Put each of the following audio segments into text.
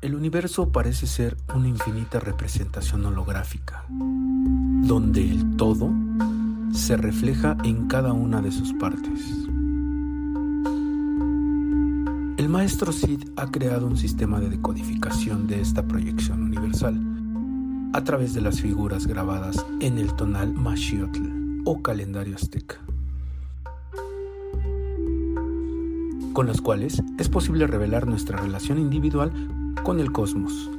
El universo parece ser una infinita representación holográfica, donde el todo se refleja en cada una de sus partes. El maestro Sid ha creado un sistema de decodificación de esta proyección universal a través de las figuras grabadas en el tonal Maxiotl o calendario azteca, con las cuales es posible revelar nuestra relación individual con el cosmos,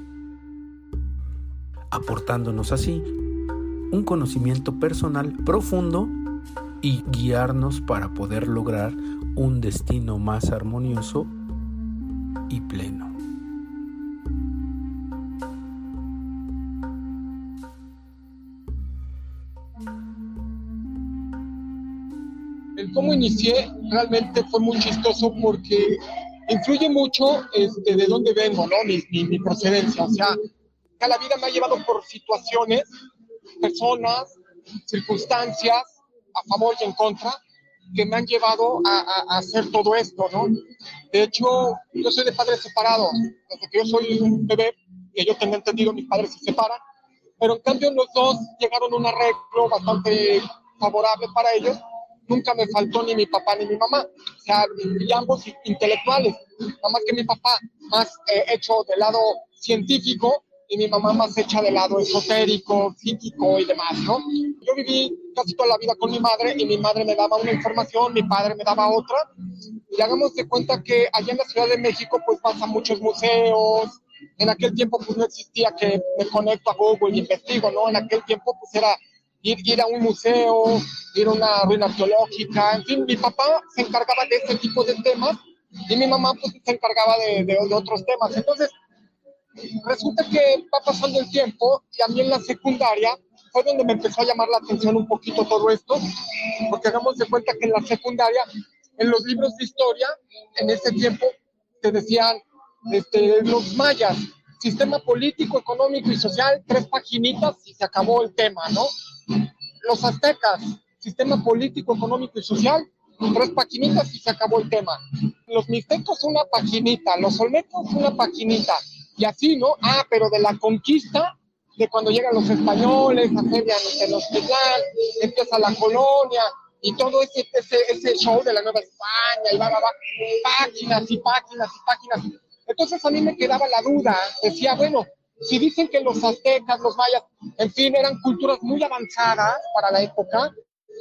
aportándonos así un conocimiento personal profundo y guiarnos para poder lograr un destino más armonioso y pleno. El cómo inicié realmente fue muy chistoso porque influye mucho de dónde vengo, ¿no? Mi procedencia. O sea, que la vida me ha llevado por situaciones, personas, circunstancias, a favor y en contra, que me han llevado a hacer todo esto, ¿no? De hecho, yo soy de padres separados. Desde que yo soy un bebé, que yo tengo entendido, mis padres se separan, pero en cambio los dos llegaron a un arreglo bastante favorable para ellos. Nunca me faltó ni mi papá ni mi mamá, o sea, y ambos intelectuales, nada más que mi papá más hecho del lado científico y mi mamá más hecha del lado esotérico, psíquico y demás, ¿no? Yo viví casi toda la vida con mi madre y mi madre me daba una información, mi padre me daba otra, y hagamos de cuenta que allá en la Ciudad de México pues vas a muchos museos. En aquel tiempo pues no existía que me conecto a Google y investigo, ¿no? En aquel tiempo pues era ir a un museo, ir a una ruina arqueológica, en fin, mi papá se encargaba de ese tipo de temas y mi mamá pues se encargaba de otros temas. Entonces, resulta que va pasando el tiempo y a mí en la secundaria fue donde me empezó a llamar la atención un poquito todo esto, porque hagamos de cuenta que en la secundaria, en los libros de historia, en ese tiempo te decían los mayas, sistema político, económico y social, 3 paginitas y se acabó el tema, ¿no? Los aztecas, sistema político, económico y social, 3 paquinitas y se acabó el tema. Los mixtecos, una paquinita, los olmecos, una paquinita, y así, ¿no? Pero de la conquista, de cuando llegan los españoles, asedian Tenochtitlán, empieza la colonia, y todo ese show de la Nueva España, y va, páginas y páginas y páginas. Entonces a mí me quedaba la duda, decía, bueno, si dicen que los aztecas, los mayas, en fin, eran culturas muy avanzadas para la época,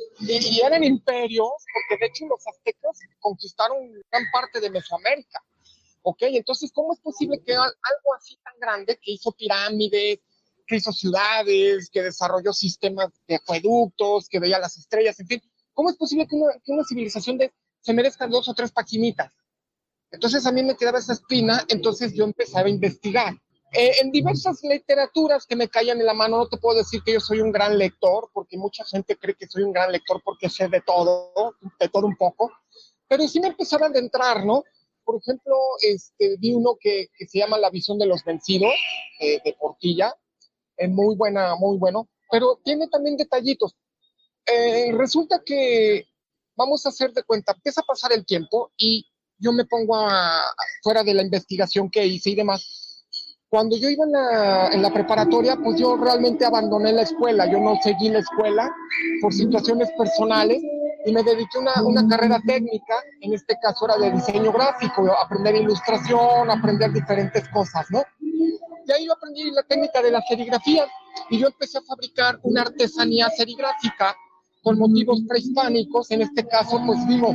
y eran imperios, porque de hecho los aztecas conquistaron gran parte de Mesoamérica, ¿ok? Entonces, ¿cómo es posible que algo así tan grande, que hizo pirámides, que hizo ciudades, que desarrolló sistemas de acueductos, que veía las estrellas, en fin, ¿cómo es posible que una civilización se merezca 2 o 3 paquinitas? Entonces a mí me quedaba esa espina, entonces yo empezaba a investigar. En diversas literaturas que me caían en la mano, no te puedo decir que yo soy un gran lector, porque mucha gente cree que soy un gran lector porque sé de todo un poco, pero sí me empezaba a adentrar, ¿no? Por ejemplo, vi uno que se llama La visión de los vencidos, de Portilla, muy buena, muy bueno, pero tiene también detallitos. Resulta que, vamos a hacer de cuenta, empieza a pasar el tiempo y yo me pongo fuera de la investigación que hice y demás. Cuando yo iba en la preparatoria, pues yo realmente abandoné la escuela, yo no seguí la escuela por situaciones personales y me dediqué a una carrera técnica, en este caso era de diseño gráfico, aprender ilustración, aprender diferentes cosas, ¿no? Y ahí yo aprendí la técnica de la serigrafía y yo empecé a fabricar una artesanía serigráfica con motivos prehispánicos, en este caso, pues digo,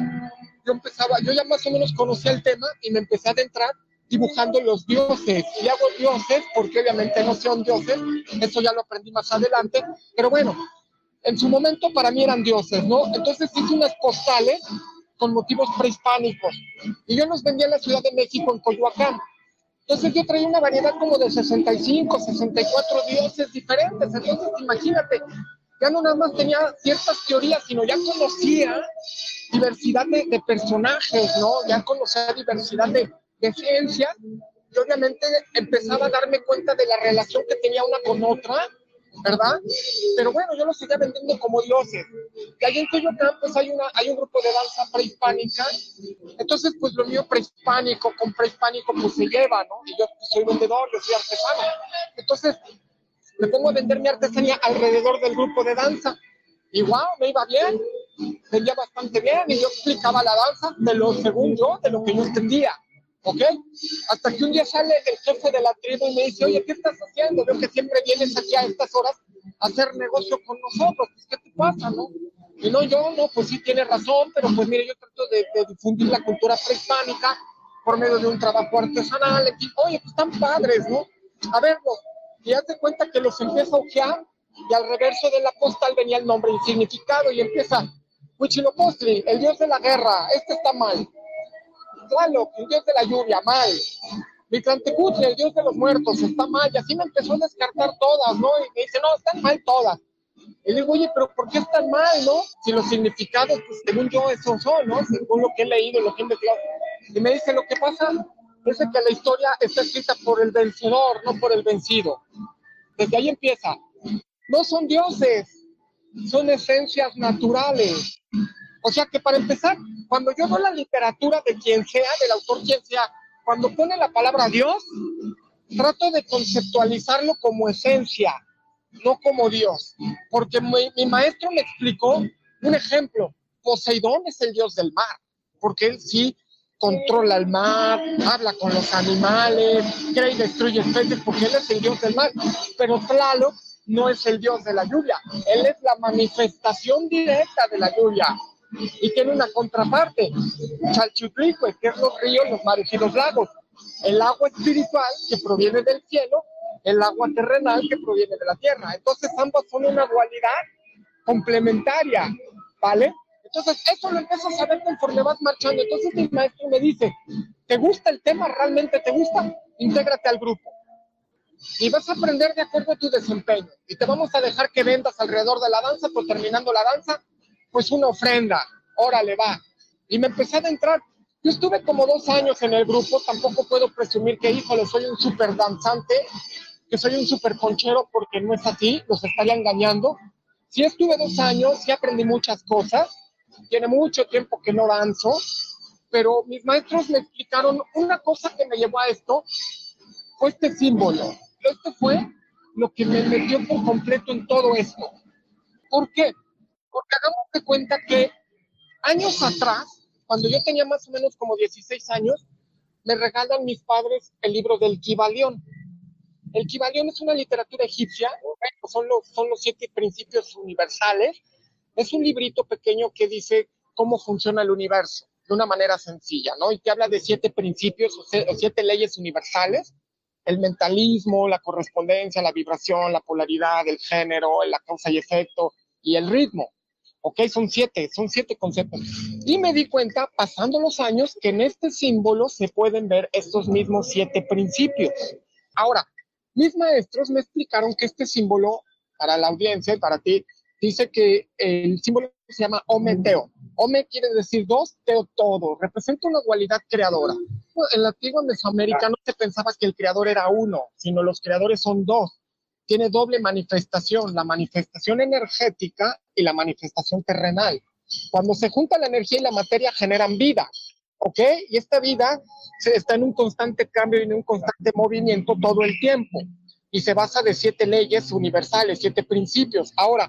yo ya más o menos conocía el tema y me empecé a adentrar dibujando los dioses, y hago dioses porque obviamente no son dioses, eso ya lo aprendí más adelante, pero bueno, en su momento para mí eran dioses, ¿no? Entonces hice unas postales con motivos prehispánicos, y yo los vendía en la Ciudad de México, en Coyoacán. Entonces yo traía una variedad como de 65, 64 dioses diferentes, entonces imagínate, ya no nada más tenía ciertas teorías, sino ya conocía diversidad de personajes, ¿no? Ya conocía diversidad de ciencia, y obviamente empezaba a darme cuenta de la relación que tenía una con otra, ¿verdad? Pero bueno, yo los seguía vendiendo como dioses. Y allí en Coyoacán, pues hay un grupo de danza prehispánica. Entonces, pues lo mío prehispánico con prehispánico, pues se lleva, ¿no? Y yo pues, soy vendedor, yo soy artesano. Entonces, me pongo a vender mi artesanía alrededor del grupo de danza. Y wow, me iba bien, vendía bastante bien y yo explicaba la danza según yo, de lo que yo entendía. ¿Ok? Hasta que un día sale el jefe de la tribu y me dice, oye, ¿qué estás haciendo? Veo que siempre vienes aquí a estas horas a hacer negocio con nosotros. Pues, ¿qué te pasa, no? Y no, yo, no, pues sí, tiene razón, pero pues mire, yo trato de difundir la cultura prehispánica por medio de un trabajo artesanal. Y, oye, pues están padres, ¿no? A verlo. Y haz de cuenta que los empiezo a ojear y al reverso de la postal venía el nombre y el significado y empieza, Huitzilopochtli, el dios de la guerra, este está mal. Tlaloc, el dios de la lluvia, mal. Mictlantecutli, el dios de los muertos, está mal. Y así me empezó a descartar todas, ¿no? Y me dice, no, están mal todas. Y le digo, oye, pero ¿por qué están mal, no? Si los significados, pues según yo, esos son, ¿no? Según lo que he leído, lo que he investigado. Y me dice, lo que pasa es que la historia está escrita por el vencedor, no por el vencido. Desde ahí empieza. No son dioses, son esencias naturales. O sea que para empezar, cuando yo veo la literatura de quien sea, del autor quien sea, cuando pone la palabra Dios, trato de conceptualizarlo como esencia, no como Dios. Porque mi maestro me explicó un ejemplo. Poseidón es el dios del mar, porque él sí controla el mar, habla con los animales, crea y destruye especies, porque él es el dios del mar. Pero Tlaloc no es el dios de la lluvia, él es la manifestación directa de la lluvia. Y tiene una contraparte, Chalchutlicue, que es los ríos, los mares y los lagos. El agua espiritual que proviene del cielo, el agua terrenal que proviene de la tierra. Entonces ambas son una dualidad complementaria, ¿vale? Entonces eso lo empiezas a saber conforme vas marchando. Entonces mi maestro me dice, ¿te gusta el tema? ¿Realmente te gusta? Intégrate al grupo. Y vas a aprender de acuerdo a tu desempeño. Y te vamos a dejar que vendas alrededor de la danza, pues terminando la danza, pues una ofrenda, órale, va. Y me empecé a adentrar. Yo estuve como 2 años en el grupo, tampoco puedo presumir que, híjole, soy un súper danzante, que soy un súper conchero, porque no es así, los estaría engañando. Sí estuve 2 años, sí aprendí muchas cosas, tiene mucho tiempo que no danzo, pero mis maestros me explicaron una cosa que me llevó a esto, fue este símbolo. Esto fue lo que me metió por completo en todo esto. ¿Por qué? Porque hagamos de cuenta que años atrás, cuando yo tenía más o menos como 16 años, me regalan mis padres el libro del Kybalión. El Kybalión es una literatura egipcia, son los 7 principios universales. Es un librito pequeño que dice cómo funciona el universo, de una manera sencilla, ¿no? Y te habla de 7 principios o 7 leyes universales: el mentalismo, la correspondencia, la vibración, la polaridad, el género, la causa y efecto y el ritmo. ¿Ok? Son 7 conceptos. Y me di cuenta, pasando los años, que en este símbolo se pueden ver estos mismos 7 principios. Ahora, mis maestros me explicaron que este símbolo, para la audiencia y para ti, dice que el símbolo se llama Ometeo. Ome quiere decir 2, teo todo. Representa una dualidad creadora. En la antigua Mesoamérica no se pensaba que el creador era uno, sino los creadores son 2. Tiene doble manifestación, la manifestación energética y la manifestación terrenal. Cuando se junta la energía y la materia generan vida, ¿ok? Y esta vida está en un constante cambio y en un constante movimiento todo el tiempo. Y se basa de 7 leyes universales, 7 principios. Ahora,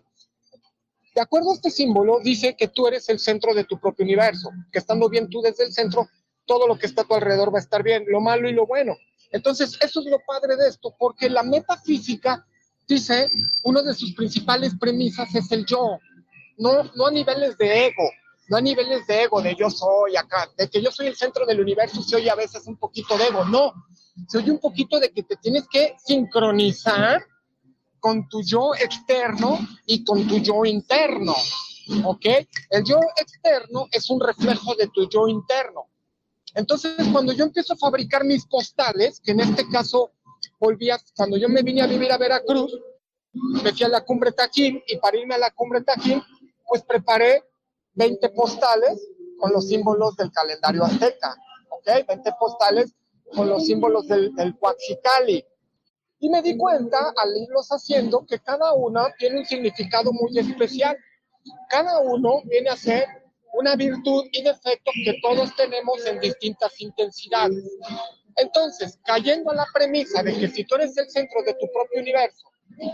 de acuerdo a este símbolo, dice que tú eres el centro de tu propio universo, que estando bien tú desde el centro, todo lo que está a tu alrededor va a estar bien, lo malo y lo bueno. Entonces, eso es lo padre de esto, porque la metafísica dice, una de sus principales premisas es el yo, no a niveles de ego, no a niveles de ego, de yo soy acá, de que yo soy el centro del universo, se oye a veces un poquito de ego, no, se oye un poquito de que te tienes que sincronizar con tu yo externo y con tu yo interno, ¿ok? El yo externo es un reflejo de tu yo interno. Entonces, cuando yo empiezo a fabricar mis postales, que en este caso cuando yo me vine a vivir a Veracruz, me fui a la Cumbre Tajín, y para irme a la Cumbre Tajín, pues preparé 20 postales con los símbolos del calendario azteca, ¿ok? 20 postales con los símbolos del Huaxicali. Y me di cuenta al irlos haciendo que cada una tiene un significado muy especial. Cada uno viene a ser una virtud y defecto que todos tenemos en distintas intensidades. Entonces, cayendo a la premisa de que si tú eres el centro de tu propio universo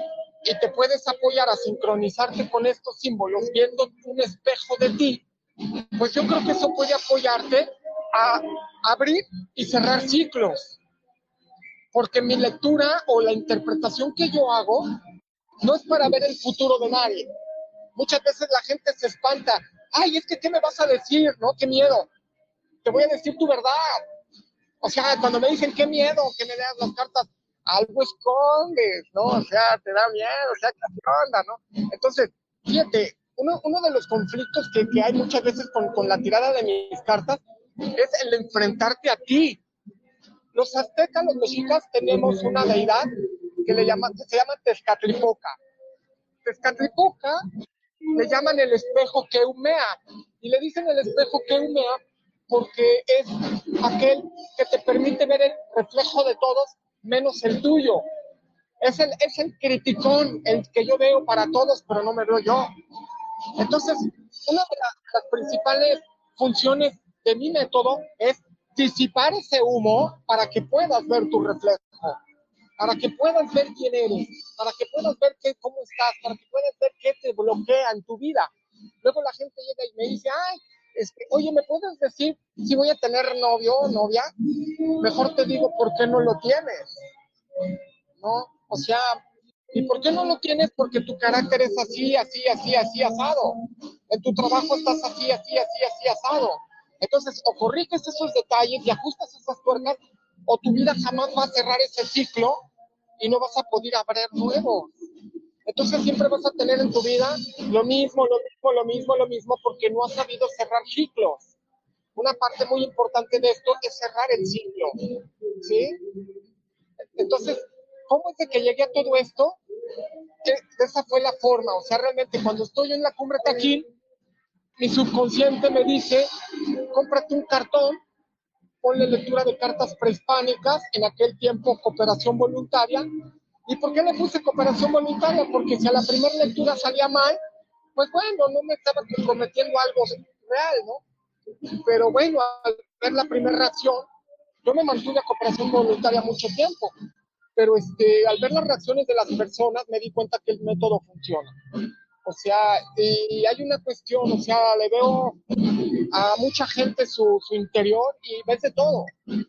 y te puedes apoyar a sincronizarte con estos símbolos viendo un espejo de ti, pues yo creo que eso puede apoyarte a abrir y cerrar ciclos, porque mi lectura o la interpretación que yo hago no es para ver el futuro de nadie. Muchas veces la gente se espanta. Ay, es que ¿qué me vas a decir? ¿No? Qué miedo. Te voy a decir tu verdad. O sea, cuando me dicen qué miedo que me leas las cartas, algo escondes, ¿no? O sea, te da miedo, o sea, ¿qué onda, no? Entonces, fíjate, uno de los conflictos que hay muchas veces con la tirada de mis cartas es el enfrentarte a ti. Los aztecas, los mexicas, tenemos una deidad que se llama Tezcatlipoca. Tezcatlipoca le llaman el espejo que humea, y le dicen el espejo que humea porque es aquel que te permite ver el reflejo de todos menos el tuyo. Es el criticón, el que yo veo para todos, pero no me veo yo. Entonces, una de las principales funciones de mi método es disipar ese humo para que puedas ver tu reflejo, para que puedas ver quién eres, para que puedas ver cómo estás, para que puedas ver qué te bloquea en tu vida. Luego la gente llega y me dice, ay, oye, ¿me puedes decir si voy a tener novio o novia? Mejor te digo, ¿por qué no lo tienes? ¿No? O sea, ¿y por qué no lo tienes? Porque tu carácter es así, así, así, así, asado. En tu trabajo estás así, así, así, así, asado. Entonces, o corriges esos detalles y ajustas esas tuercas, o tu vida jamás va a cerrar ese ciclo y no vas a poder abrir nuevos. Entonces siempre vas a tener en tu vida lo mismo, lo mismo, lo mismo, lo mismo, porque no has sabido cerrar ciclos. Una parte muy importante de esto es cerrar el ciclo, ¿sí? Entonces, ¿cómo es de que llegué a todo esto? Esa fue la forma, o sea, realmente cuando estoy en la cumbre Tajín, mi subconsciente me dice, cómprate un cartón, ponle lectura de cartas prehispánicas, en aquel tiempo cooperación voluntaria. ¿Y por qué le puse cooperación voluntaria? Porque si a la primera lectura salía mal, pues bueno, no me estaba comprometiendo a algo real, ¿no? Pero bueno, al ver la primera reacción, yo me mantuve a cooperación voluntaria mucho tiempo, pero al ver las reacciones de las personas me di cuenta que el método funciona. O sea, y hay una cuestión, o sea, le veo a mucha gente su interior y ves de todo.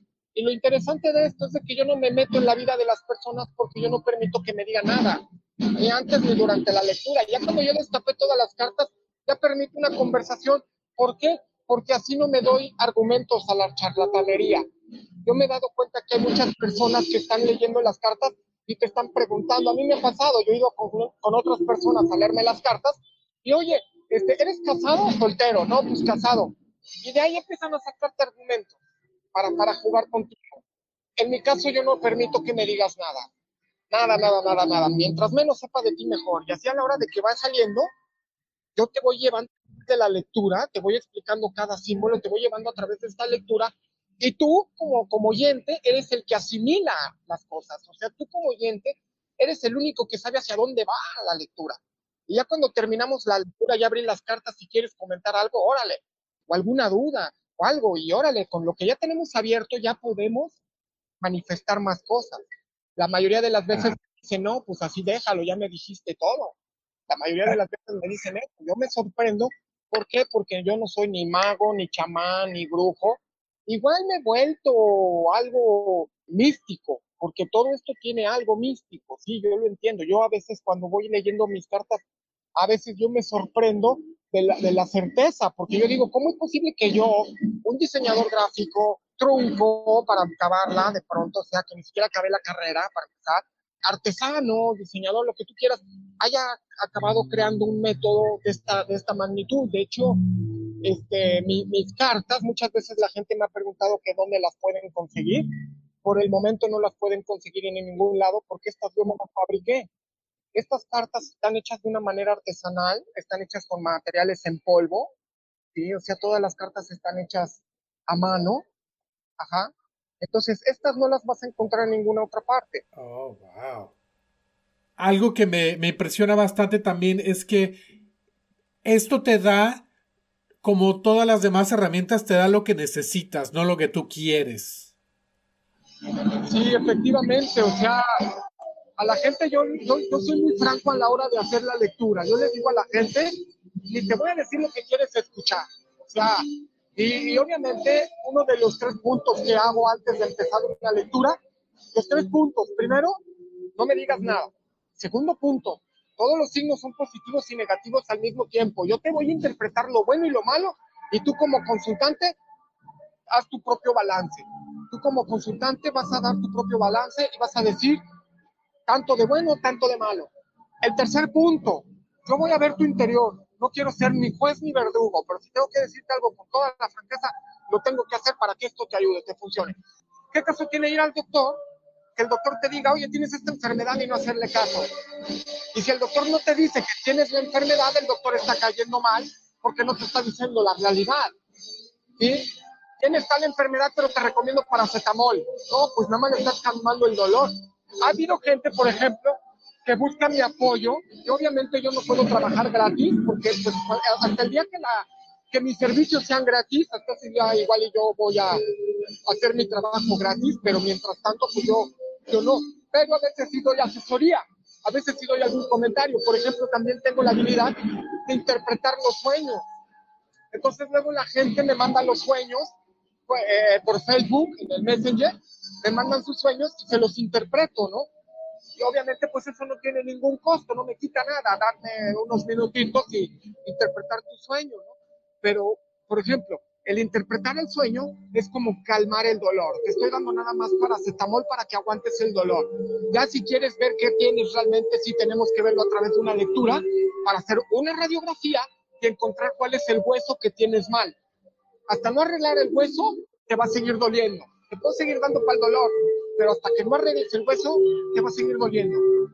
Y lo interesante de esto es de que yo no me meto en la vida de las personas porque yo no permito que me digan nada, ni antes ni durante la lectura. Ya cuando yo destapé todas las cartas, ya permito una conversación. ¿Por qué? Porque así no me doy argumentos a la charlatanería. Yo me he dado cuenta que hay muchas personas que están leyendo las cartas y te están preguntando. A mí me ha pasado, yo he ido con otras personas a leerme las cartas y oye, ¿eres casado o soltero? No, pues casado. Y de ahí empiezan a sacarte argumentos para jugar contigo. En mi caso, yo no permito que me digas nada. Nada, nada, nada, nada. Mientras menos sepa de ti, mejor. Y así a la hora de que va saliendo, yo te voy llevando de la lectura, te voy explicando cada símbolo, te voy llevando a través de esta lectura. Y tú, como oyente, eres el que asimila las cosas. O sea, tú como oyente, eres el único que sabe hacia dónde va la lectura. Y ya cuando terminamos la lectura, ya abrí las cartas si quieres comentar algo, órale. O alguna duda, o algo. Y órale, con lo que ya tenemos abierto, ya podemos manifestar más cosas. La mayoría de las veces dicen, no, pues así déjalo, ya me dijiste todo. La mayoría de las veces me dicen, yo me sorprendo. ¿Por qué? Porque yo no soy ni mago, ni chamán, ni brujo. Igual me he vuelto algo místico, porque todo esto tiene algo místico, sí, yo lo entiendo. Yo a veces cuando voy leyendo mis cartas, a veces yo me sorprendo de la certeza, porque yo digo, ¿cómo es posible que yo, un diseñador gráfico, trunco para acabarla de pronto, o sea, que ni siquiera acabé la carrera para empezar, artesano, diseñador, lo que tú quieras, haya acabado creando un método de esta magnitud? De hecho, mis cartas, muchas veces la gente me ha preguntado que dónde las pueden conseguir. Por el momento no las pueden conseguir en ningún lado porque estas yo no las fabriqué. Estas cartas están hechas de una manera artesanal, están hechas con materiales en polvo, ¿sí? O sea, todas las cartas están hechas a mano, ajá. Entonces, estas no las vas a encontrar en ninguna otra parte. Oh, wow. Algo que me impresiona bastante también es que esto te da, como todas las demás herramientas, te da lo que necesitas, no lo que tú quieres. Sí, efectivamente, o sea, a la gente yo soy muy franco a la hora de hacer la lectura. Yo les digo a la gente, ni te voy a decir lo que quieres escuchar. O sea, y obviamente uno de los 3 puntos que hago antes de empezar una lectura, los 3 puntos. Primero, no me digas nada. Segundo punto, todos los signos son positivos y negativos al mismo tiempo. Yo te voy a interpretar lo bueno y lo malo, y tú como consultante haz tu propio balance. Tú como consultante vas a dar tu propio balance y vas a decir tanto de bueno, tanto de malo. El tercer punto, yo voy a ver tu interior. No quiero ser ni juez ni verdugo, pero si tengo que decirte algo con toda la franqueza, lo tengo que hacer para que esto te ayude, te funcione. ¿Qué caso tiene ir al doctor? Que el doctor te diga, oye, tienes esta enfermedad y no hacerle caso. Y si el doctor no te dice que tienes la enfermedad, el doctor está cayendo mal porque no te está diciendo la realidad. ¿Sí? Tienes tal enfermedad, pero te recomiendo paracetamol. No, pues nada más le estás calmando el dolor. Ha habido gente, por ejemplo, que busca mi apoyo, y obviamente yo no puedo trabajar gratis, porque pues, hasta el día que mis servicios sean gratis, hasta ese día igual y yo voy a hacer mi trabajo gratis, pero mientras tanto, pues yo no. Pero a veces sí doy asesoría, a veces sí doy algún comentario. Por ejemplo, también tengo la habilidad de interpretar los sueños. Entonces luego la gente me manda los sueños por Facebook, en el Messenger, me mandan sus sueños y se los interpreto, ¿no? Y obviamente pues eso no tiene ningún costo, no me quita nada, darme unos minutitos y interpretar tu sueño, ¿no? Pero, por ejemplo, el interpretar el sueño es como calmar el dolor. Te estoy dando nada más paracetamol para que aguantes el dolor. Ya si quieres ver qué tienes realmente, sí tenemos que verlo a través de una lectura para hacer una radiografía y encontrar cuál es el hueso que tienes mal. Hasta no arreglar el hueso, te va a seguir doliendo. Te puedo seguir dando para el dolor, pero hasta que no arregles el hueso, te va a seguir doliendo.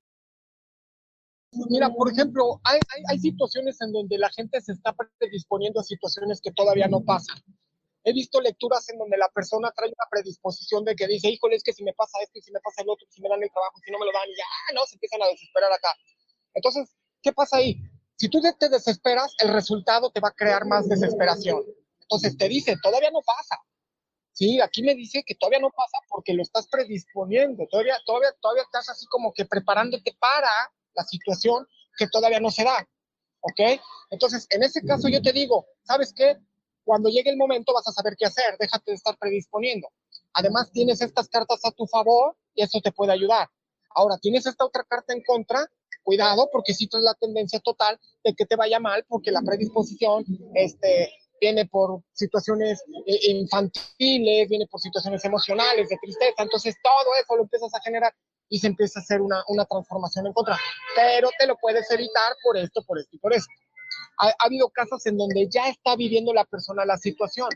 Mira, por ejemplo, hay situaciones en donde la gente se está predisponiendo a situaciones que todavía no pasan. He visto lecturas en donde la persona trae una predisposición de que dice, híjole, es que si me pasa esto y si me pasa el otro, si me dan el trabajo, si no me lo dan, y ya, no, se empiezan a desesperar acá. Entonces, ¿qué pasa ahí? Si tú te desesperas, el resultado te va a crear más desesperación. Entonces te dice, todavía no pasa. Sí, aquí me dice que todavía no pasa porque lo estás predisponiendo, todavía estás así como que preparándote para la situación que todavía no se da, ¿ok? Entonces, en ese caso yo te digo, ¿sabes qué? Cuando llegue el momento vas a saber qué hacer, déjate de estar predisponiendo. Además, tienes estas cartas a tu favor y eso te puede ayudar. Ahora, tienes esta otra carta en contra, cuidado, porque si tú es la tendencia total de que te vaya mal, porque la predisposición, viene por situaciones infantiles, viene por situaciones emocionales, de tristeza, entonces todo eso lo empiezas a generar y se empieza a hacer una transformación en contra, pero te lo puedes evitar por esto, por esto y por esto. Ha habido casos en donde ya está viviendo la persona la situación,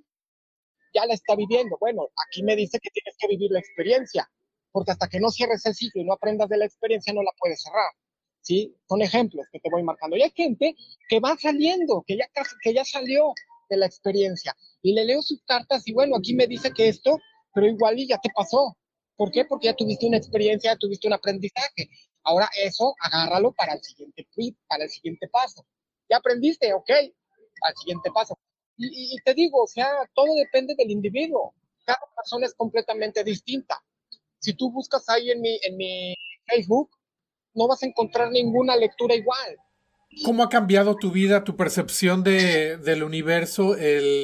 ya la está viviendo. Bueno, aquí me dice que tienes que vivir la experiencia, porque hasta que no cierres el ciclo y no aprendas de la experiencia, no la puedes cerrar. ¿Sí? Son ejemplos que te voy marcando. Y hay gente que va saliendo, que ya salió de la experiencia. Y le leo sus cartas y bueno, aquí me dice que esto, pero igual y ya te pasó. ¿Por qué? Porque ya tuviste una experiencia, ya tuviste un aprendizaje. Ahora eso, agárralo para el siguiente paso. Ya aprendiste, ok, al siguiente paso. Y te digo, o sea, todo depende del individuo. Cada persona es completamente distinta. Si tú buscas ahí en mi Facebook, no vas a encontrar ninguna lectura igual. ¿Cómo ha cambiado tu vida, tu percepción del universo,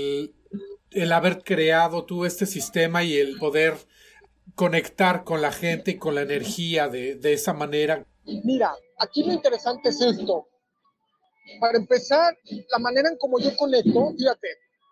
el haber creado tú este sistema y el poder conectar con la gente y con la energía de esa manera? Mira, aquí lo interesante es esto. Para empezar, la manera en cómo yo conecto, fíjate,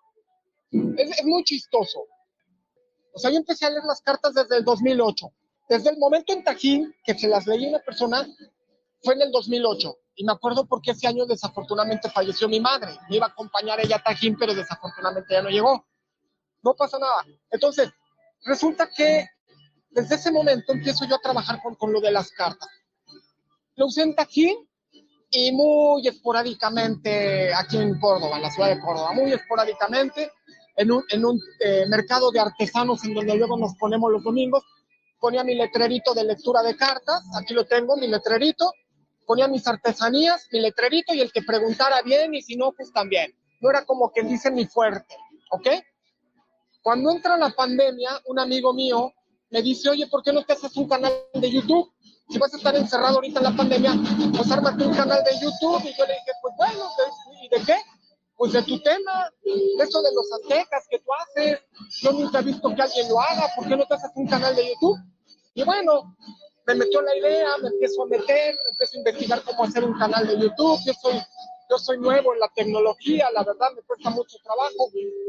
es muy chistoso. O sea, yo empecé a leer las cartas desde el 2008. Desde el momento en Tajín, que se las leí a una persona, fue en el 2008. Y me acuerdo porque ese año desafortunadamente falleció mi madre. Me iba a acompañar ella a Tajín, pero desafortunadamente ya no llegó. No pasa nada. Entonces, resulta que desde ese momento empiezo yo a trabajar con lo de las cartas. Lo usé en Tajín y muy esporádicamente aquí en Córdoba, en la ciudad de Córdoba, muy esporádicamente. en un mercado de artesanos en donde luego nos ponemos los domingos. Ponía mi letrerito de lectura de cartas, aquí lo tengo, mi letrerito, ponía mis artesanías, mi letrerito, y el que preguntara bien, y si no, pues también. No era como quien dice mi fuerte, ¿ok? Cuando entra la pandemia, un amigo mío me dice, oye, ¿por qué no te haces un canal de YouTube? Si vas a estar encerrado ahorita en la pandemia, pues ármate un canal de YouTube. Y yo le dije, pues bueno, ¿y de qué? Pues de tu tema, de eso de los aztecas que tú haces. Yo nunca he visto que alguien lo haga, ¿por qué no te haces un canal de YouTube? Y bueno, me metió la idea, me empiezo a meter, empiezo a investigar cómo hacer un canal de YouTube. Yo soy nuevo en la tecnología, la verdad me cuesta mucho trabajo.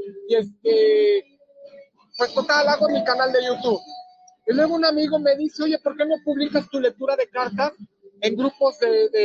Y pues total, hago mi canal de YouTube. Y luego un amigo me dice, oye, ¿por qué no publicas tu lectura de cartas en grupos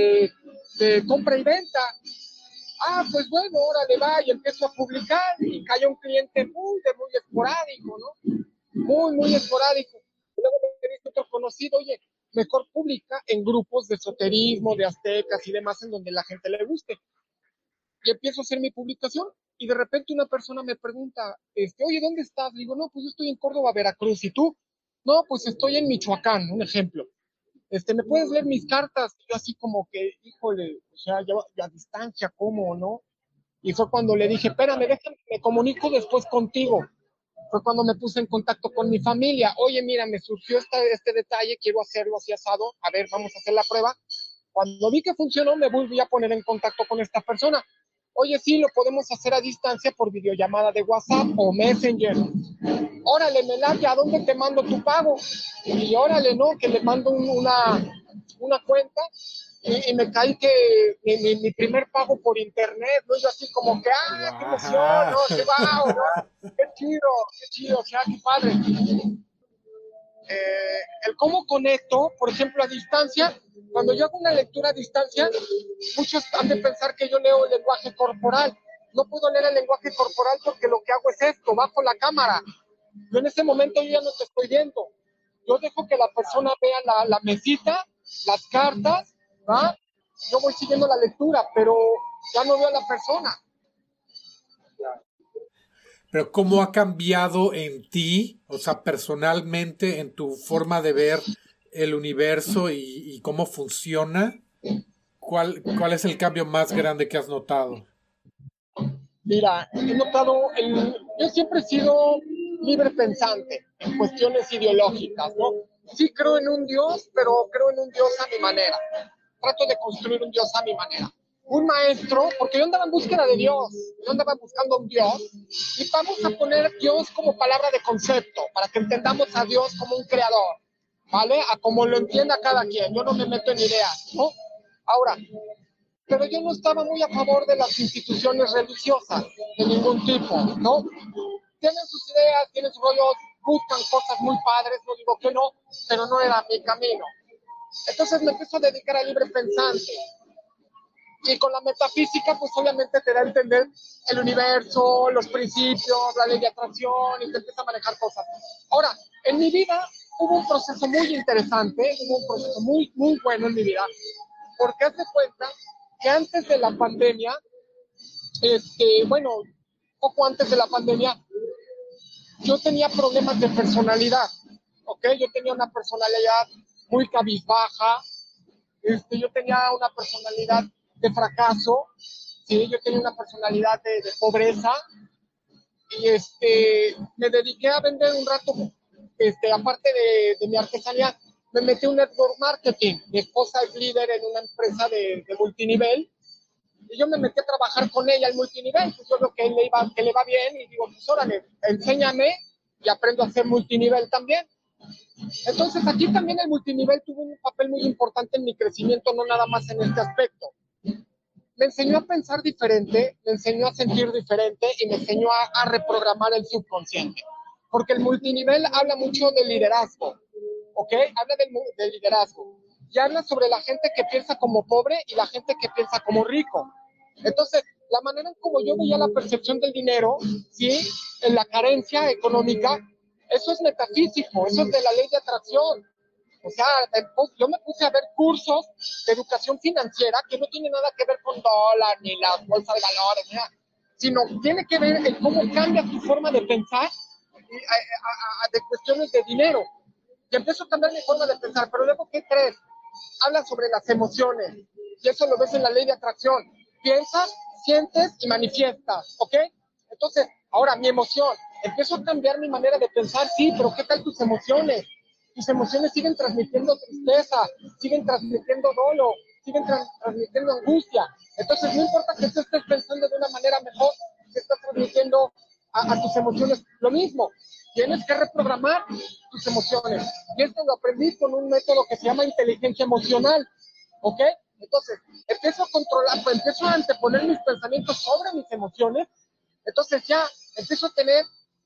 de compra y venta? Ah, pues bueno, órale, va, y empiezo a publicar, y cayó un cliente muy esporádico, ¿no? Muy esporádico. Y luego me dice otro conocido, oye, mejor publica en grupos de esoterismo, de aztecas y demás, en donde la gente le guste. Y empiezo a hacer mi publicación, y de repente una persona me pregunta, oye, ¿dónde estás? Digo, no, pues yo estoy en Córdoba, Veracruz, ¿y tú? No, pues estoy en Michoacán, un ejemplo. ¿Me puedes leer mis cartas? Yo así como que, híjole, o sea, ya a distancia, ¿cómo, no? Y fue cuando le dije, espérame, déjame, me comunico después contigo. Fue cuando me puse en contacto con mi familia. Oye, mira, me surgió este detalle, quiero hacerlo así asado, a ver, vamos a hacer la prueba. Cuando vi que funcionó, me volví a poner en contacto con esta persona. Oye, sí, lo podemos hacer a distancia por videollamada de WhatsApp o Messenger. Órale, Melania, ¿a dónde te mando tu pago? Y órale, ¿no? Que le mando una cuenta y me cae que mi primer pago por internet, ¿no? Yo así como que, qué emoción, ¿no? Qué wow, ¿no? Qué chido, o sea, qué padre. El cómo conecto, por ejemplo, a distancia, cuando yo hago una lectura a distancia, muchos han de pensar que yo leo el lenguaje corporal. No puedo leer el lenguaje corporal porque lo que hago es esto, bajo la cámara. Yo en ese momento yo ya no te estoy viendo. Yo dejo que la persona vea la mesita, las cartas, ¿va? Yo voy siguiendo la lectura, pero ya no veo a la persona. Pero ¿cómo ha cambiado en ti, o sea, personalmente, en tu forma de ver el universo y cómo funciona? ¿Cuál es el cambio más grande que has notado? Mira, he notado, yo siempre he sido libre pensante en cuestiones ideológicas, ¿no? Sí creo en un Dios, pero creo en un Dios a mi manera. Trato de construir un Dios a mi manera. Un maestro, porque yo andaba en búsqueda de Dios, yo andaba buscando un Dios, y vamos a poner Dios como palabra de concepto, para que entendamos a Dios como un creador, ¿vale? A como lo entienda cada quien, yo no me meto en ideas, ¿no? Ahora, pero yo no estaba muy a favor de las instituciones religiosas de ningún tipo, ¿no? Tienen sus ideas, tienen sus rollos, buscan cosas muy padres, no digo que no, pero no era mi camino. Entonces me empiezo a dedicar al libre pensante. Y con la metafísica, pues obviamente te da a entender el universo, los principios, la ley de atracción, y te empieza a manejar cosas. Ahora, en mi vida hubo un proceso muy interesante, hubo un proceso muy bueno en mi vida, porque haz de cuenta que antes de la pandemia, bueno, poco antes de la pandemia, yo tenía problemas de personalidad, ¿ok? Yo tenía una personalidad muy cabizbaja, yo tenía una personalidad de fracaso, ¿sí? Yo tenía una personalidad de pobreza, y me dediqué a vender un rato, aparte de mi artesanía, me metí en un network marketing. Mi esposa es líder en una empresa de multinivel, y yo me metí a trabajar con ella al multinivel. Pues yo veo que le va bien, y digo, pues órale, enséñame, y aprendo a hacer multinivel también. Entonces aquí también el multinivel tuvo un papel muy importante en mi crecimiento, no nada más en este aspecto. Me enseñó a pensar diferente, me enseñó a sentir diferente, y me enseñó a reprogramar el subconsciente. Porque el multinivel habla mucho del liderazgo, ¿ok? Habla del liderazgo. Y habla sobre la gente que piensa como pobre y la gente que piensa como rico. Entonces, la manera en como yo veía la percepción del dinero, ¿sí? En la carencia económica, eso es metafísico, eso es de la ley de atracción. O sea, yo me puse a ver cursos de educación financiera que no tienen nada que ver con dólar, ni la bolsa de valores, ni nada. sino tiene que ver en cómo cambia tu forma de pensar de cuestiones de dinero. Y empiezo a cambiar mi forma de pensar, pero luego, ¿qué crees? Habla sobre las emociones, y eso lo ves en la ley de atracción. Piensas, sientes y manifiestas, ¿ok? Entonces, ahora, mi emoción, empiezo a cambiar mi manera de pensar, sí, pero ¿qué tal tus emociones? Tus emociones siguen transmitiendo tristeza, siguen transmitiendo dolor, siguen transmitiendo angustia. Entonces, no importa que tú estés pensando de una manera mejor, que estás transmitiendo a tus emociones lo mismo. Tienes que reprogramar tus emociones. Y esto lo aprendí con un método que se llama inteligencia emocional, ¿ok? Entonces, empiezo a controlar, empiezo a anteponer mis pensamientos sobre mis emociones. Entonces ya empiezo a tener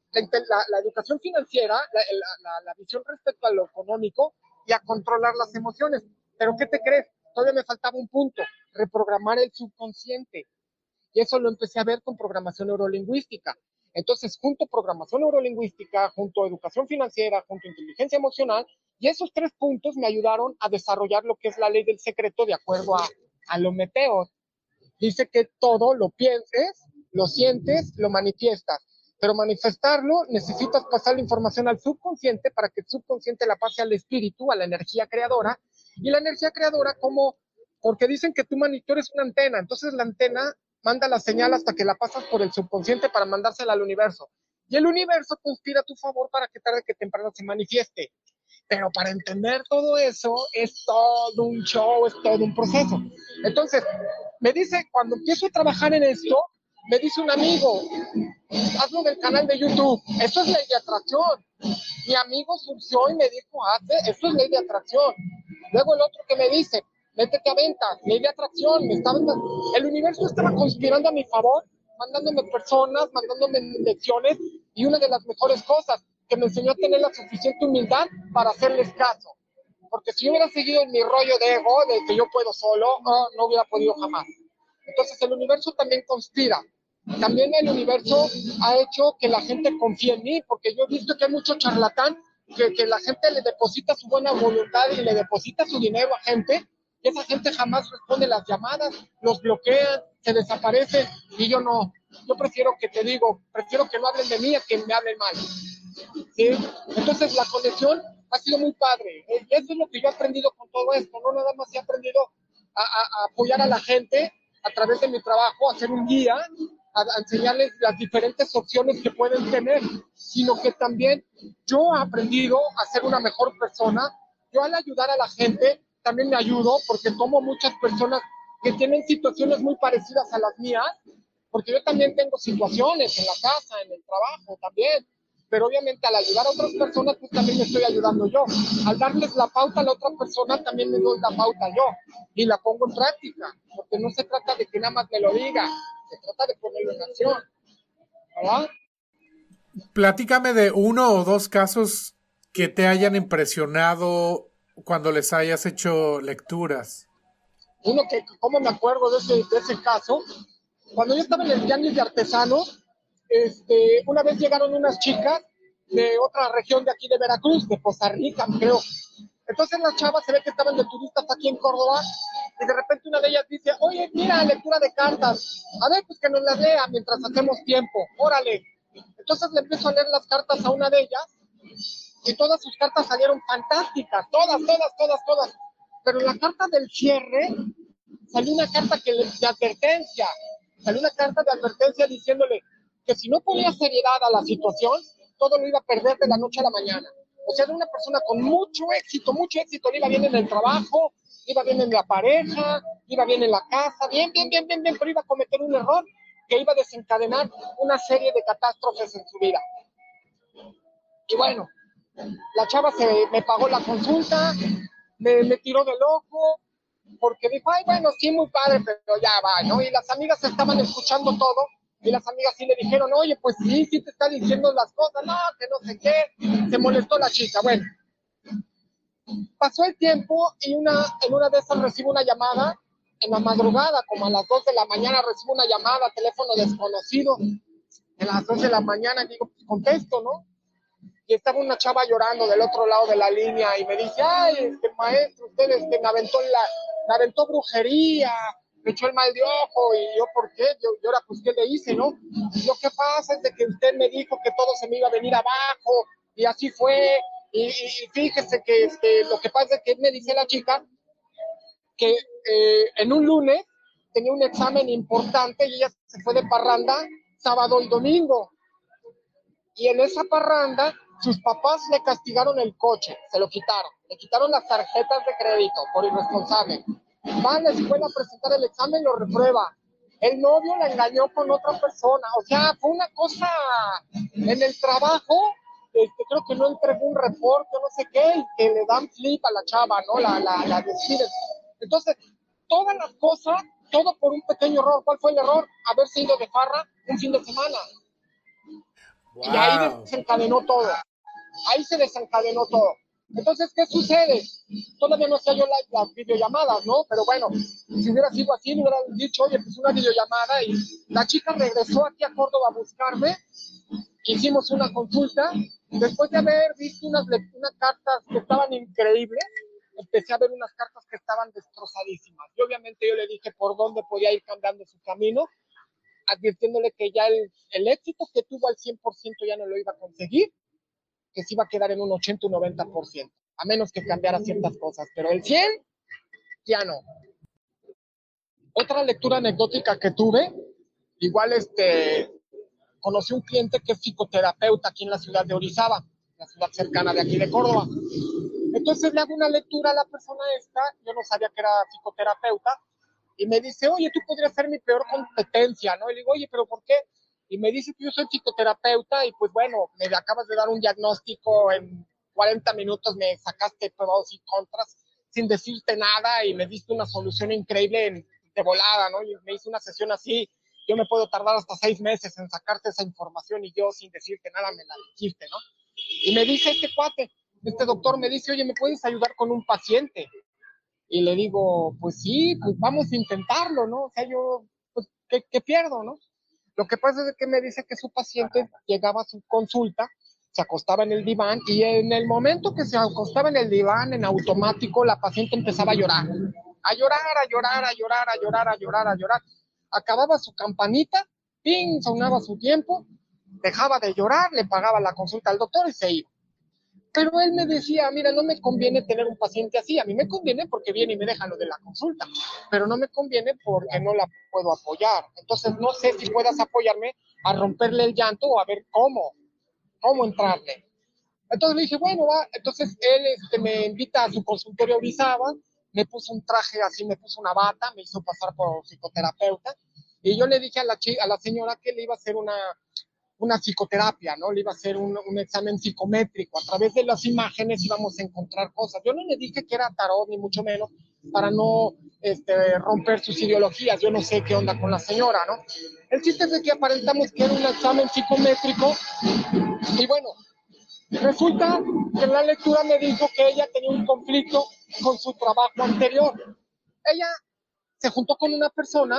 la educación financiera, la visión respecto a lo económico y a controlar las emociones. Pero ¿qué te crees? Todavía me faltaba un punto, reprogramar el subconsciente. Y eso lo empecé a ver con programación neurolingüística. Entonces, junto programación neurolingüística, junto educación financiera, junto inteligencia emocional, y esos 3 puntos me ayudaron a desarrollar lo que es la ley del secreto de acuerdo a lo Meteo. Dice que todo lo pienses, lo sientes, lo manifiestas. Pero manifestarlo necesitas pasar la información al subconsciente para que el subconsciente la pase al espíritu, a la energía creadora. Y la energía creadora, ¿cómo? Porque dicen que tú eres una antena, entonces la antena manda la señal hasta que la pasas por el subconsciente para mandársela al universo. Y el universo conspira a tu favor para que tarde que temprano se manifieste. Pero para entender todo eso es todo un show, es todo un proceso. Entonces, me dice, cuando empiezo a trabajar en esto, me dice un amigo, hazlo del canal de YouTube, eso es ley de atracción. Mi amigo surgió y me dijo, eso es ley de atracción. Luego el otro que me dice, métete a ventas, ley de atracción. El universo estaba conspirando a mi favor, mandándome personas, mandándome lecciones, y una de las mejores cosas, que me enseñó a tener la suficiente humildad para hacerles caso. Porque si yo hubiera seguido en mi rollo de ego, de que yo puedo solo, no hubiera podido jamás. Entonces el universo también conspira. También el universo ha hecho que la gente confíe en mí, porque yo he visto que hay mucho charlatán, que la gente le deposita su buena voluntad y le deposita su dinero a gente, y esa gente jamás responde las llamadas, los bloquean, se desaparece, y yo no. Yo prefiero que no hablen de mí a que me hablen mal. ¿Sí? Entonces la conexión ha sido muy padre. Y eso es lo que yo he aprendido con todo esto. No nada más he aprendido a apoyar a la gente a través de mi trabajo, a ser un guía, a enseñarles las diferentes opciones que pueden tener, sino que también yo he aprendido a ser una mejor persona. Yo al ayudar a la gente también me ayudo, porque tomo muchas personas que tienen situaciones muy parecidas a las mías, porque yo también tengo situaciones en la casa, en el trabajo también. Pero obviamente al ayudar a otras personas, pues también me estoy ayudando yo. Al darles la pauta a la otra persona, también me doy la pauta yo. Y la pongo en práctica, porque no se trata de que nada más me lo diga, se trata de ponerlo en acción. ¿Verdad? Platícame de 1 o 2 casos que te hayan impresionado cuando les hayas hecho lecturas. Uno que, ¿cómo me acuerdo de ese caso? Cuando yo estaba en el tianguis de artesanos, una vez llegaron unas chicas de otra región de aquí de Veracruz, de Poza Rica, creo. Entonces las chavas se ve que estaban de turistas aquí en Córdoba, y de repente una de ellas dice, oye, mira, lectura de cartas, a ver, pues que nos las lea mientras hacemos tiempo, órale. Entonces le empiezo a leer las cartas a una de ellas, y todas sus cartas salieron fantásticas, todas. Pero en la carta del cierre salió una carta de advertencia, diciéndole que si no ponía seriedad a la situación, todo lo iba a perder de la noche a la mañana. O sea, era una persona con mucho éxito, le iba bien en el trabajo, iba bien en la pareja, iba bien en la casa, bien, pero iba a cometer un error que iba a desencadenar una serie de catástrofes en su vida. Y bueno, la chava me pagó la consulta, me tiró del ojo, porque dijo, ay, bueno, sí, muy padre, pero ya va, ¿no? Y las amigas estaban escuchando todo, y las amigas sí le dijeron, oye, pues sí te está diciendo las cosas, no, que no sé qué, se molestó la chica. Bueno, pasó el tiempo, y en una de esas recibo una llamada, en la madrugada, como a las 2 de la mañana, recibo una llamada, teléfono desconocido, en las 2 de la mañana, digo, pues contesto, ¿no? Y estaba una chava llorando del otro lado de la línea y me dice, ay, maestro, usted me aventó brujería, me echó el mal de ojo, y yo, ¿por qué? Yo ahora, pues, ¿qué le hice, no? Lo que pasa es de que usted me dijo que todo se me iba a venir abajo, y así fue, y fíjese que lo que pasa es que me dice la chica que en un lunes tenía un examen importante y ella se fue de parranda sábado y domingo. Y en esa parranda, sus papás le castigaron el coche, se lo quitaron, le quitaron las tarjetas de crédito por irresponsable. Va a la escuela a presentar el examen, lo reprueba. El novio la engañó con otra persona. O sea, fue una cosa en el trabajo. Creo que no entregó un reporte, no sé qué, y que le dan flip a la chava, ¿no? La despiden. Entonces, todas las cosas, todo por un pequeño error. ¿Cuál fue el error? Haberse ido de farra un fin de semana. Wow. Y ahí desencadenó todo. Ahí se desencadenó todo. Entonces, ¿qué sucede? Todavía no sé yo las videollamadas, ¿no? Pero bueno, si hubiera sido así, me hubieran dicho, oye, pues una videollamada, y la chica regresó aquí a Córdoba a buscarme, hicimos una consulta, después de haber visto unas cartas que estaban increíbles, empecé a ver unas cartas que estaban destrozadísimas. Y obviamente yo le dije por dónde podía ir cambiando su camino, advirtiéndole que ya el éxito que tuvo al 100% ya no lo iba a conseguir, que se iba a quedar en un 80 o 90%, a menos que cambiara ciertas cosas, pero el 100 ya no. Otra lectura anecdótica que tuve, igual conocí un cliente que es psicoterapeuta aquí en la ciudad de Orizaba, la ciudad cercana de aquí de Córdoba. Entonces le hago una lectura a la persona esta, yo no sabía que era psicoterapeuta, y me dice, oye, tú podrías ser mi peor competencia, ¿no? Y le digo, oye, ¿pero por qué? Y me dice que yo soy psicoterapeuta y pues bueno, me acabas de dar un diagnóstico, en 40 minutos me sacaste pros y contras sin decirte nada y me diste una solución increíble de volada, ¿no? Y me hice una sesión así, yo me puedo tardar hasta 6 meses en sacarte esa información y yo sin decirte nada me la dijiste, ¿no? Y me dice este cuate, este doctor me dice, oye, ¿me puedes ayudar con un paciente? Y le digo, pues sí, pues vamos a intentarlo, ¿no? O sea, yo, pues, ¿qué pierdo, no? Lo que pasa es que me dice que su paciente llegaba a su consulta, se acostaba en el diván y en el momento que se acostaba en el diván, en automático, la paciente empezaba a llorar. A llorar, a llorar, a llorar, a llorar, a llorar, a llorar. Acababa su campanita, ¡ping! Sonaba su tiempo, dejaba de llorar, le pagaba la consulta al doctor y se iba. Pero él me decía, mira, no me conviene tener un paciente así, a mí me conviene porque viene y me deja lo de la consulta, pero no me conviene porque no la puedo apoyar. Entonces no sé si puedas apoyarme a romperle el llanto o a ver cómo entrarle. Entonces le dije, bueno, va. Entonces él me invita a su consultorio Orizaba, me puso un traje así, me puso una bata, me hizo pasar por psicoterapeuta, y yo le dije a la señora que le iba a hacer una psicoterapia, ¿no? Le iba a hacer un examen psicométrico. A través de las imágenes íbamos a encontrar cosas. Yo no le dije que era tarot, ni mucho menos, para no romper sus ideologías. Yo no sé qué onda con la señora, ¿no? El chiste es de que aparentamos que era un examen psicométrico y bueno, resulta que en la lectura me dijo que ella tenía un conflicto con su trabajo anterior. Ella se juntó con una persona,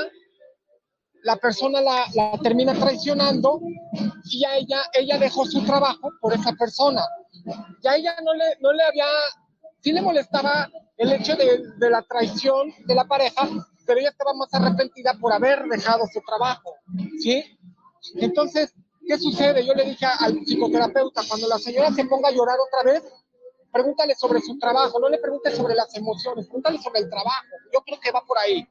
la persona la termina traicionando y a ella dejó su trabajo por esa persona. Y a ella no le había, sí le molestaba el hecho de la traición de la pareja, pero ella estaba más arrepentida por haber dejado su trabajo, ¿sí? Entonces, ¿qué sucede? Yo le dije al psicoterapeuta, cuando la señora se ponga a llorar otra vez, pregúntale sobre su trabajo, no le preguntes sobre las emociones, pregúntale sobre el trabajo. Yo creo que va por ahí.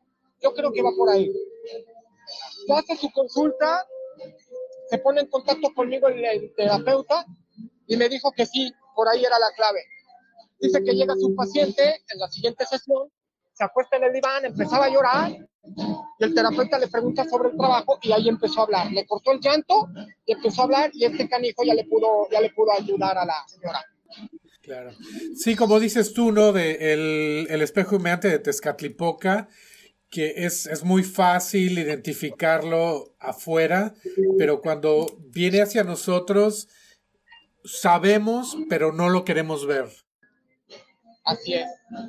Ya hace su consulta, se pone en contacto conmigo el terapeuta y me dijo que sí, por ahí era la clave. Dice que llega su paciente en la siguiente sesión, se acuesta en el diván, empezaba a llorar y el terapeuta le pregunta sobre el trabajo y ahí empezó a hablar. Le cortó el llanto y empezó a hablar y este canijo ya le pudo ayudar a la señora. Claro. Sí, como dices tú, ¿no? De el espejo humeante de Tezcatlipoca, que es muy fácil identificarlo afuera, pero cuando viene hacia nosotros, sabemos, pero no lo queremos ver. Así es.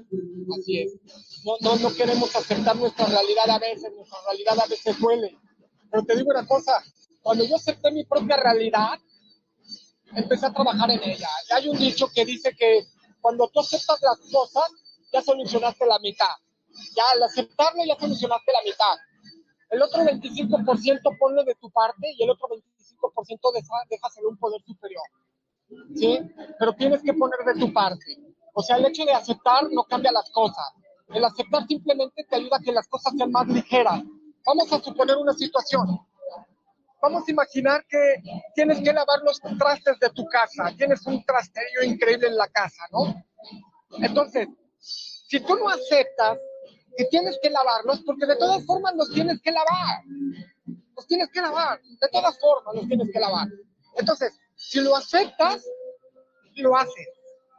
No queremos aceptar nuestra realidad a veces duele. Pero te digo una cosa, cuando yo acepté mi propia realidad, empecé a trabajar en ella. Y hay un dicho que dice que cuando tú aceptas las cosas, ya solucionaste la mitad. Ya al aceptarlo ya solucionaste la mitad. El otro 25% ponlo de tu parte y el otro 25% déjaselo un poder superior. ¿Sí? Pero tienes que poner de tu parte. O sea, el hecho de aceptar no cambia las cosas. El aceptar simplemente te ayuda a que las cosas sean más ligeras. Vamos a suponer una situación. Vamos a imaginar que tienes que lavar los trastes de tu casa. Tienes un trasterío increíble en la casa, ¿no? Entonces, si tú no aceptas que tienes que lavarlos, porque de todas formas los tienes que lavar. Los tienes que lavar. De todas formas los tienes que lavar. Entonces, si lo aceptas, lo haces.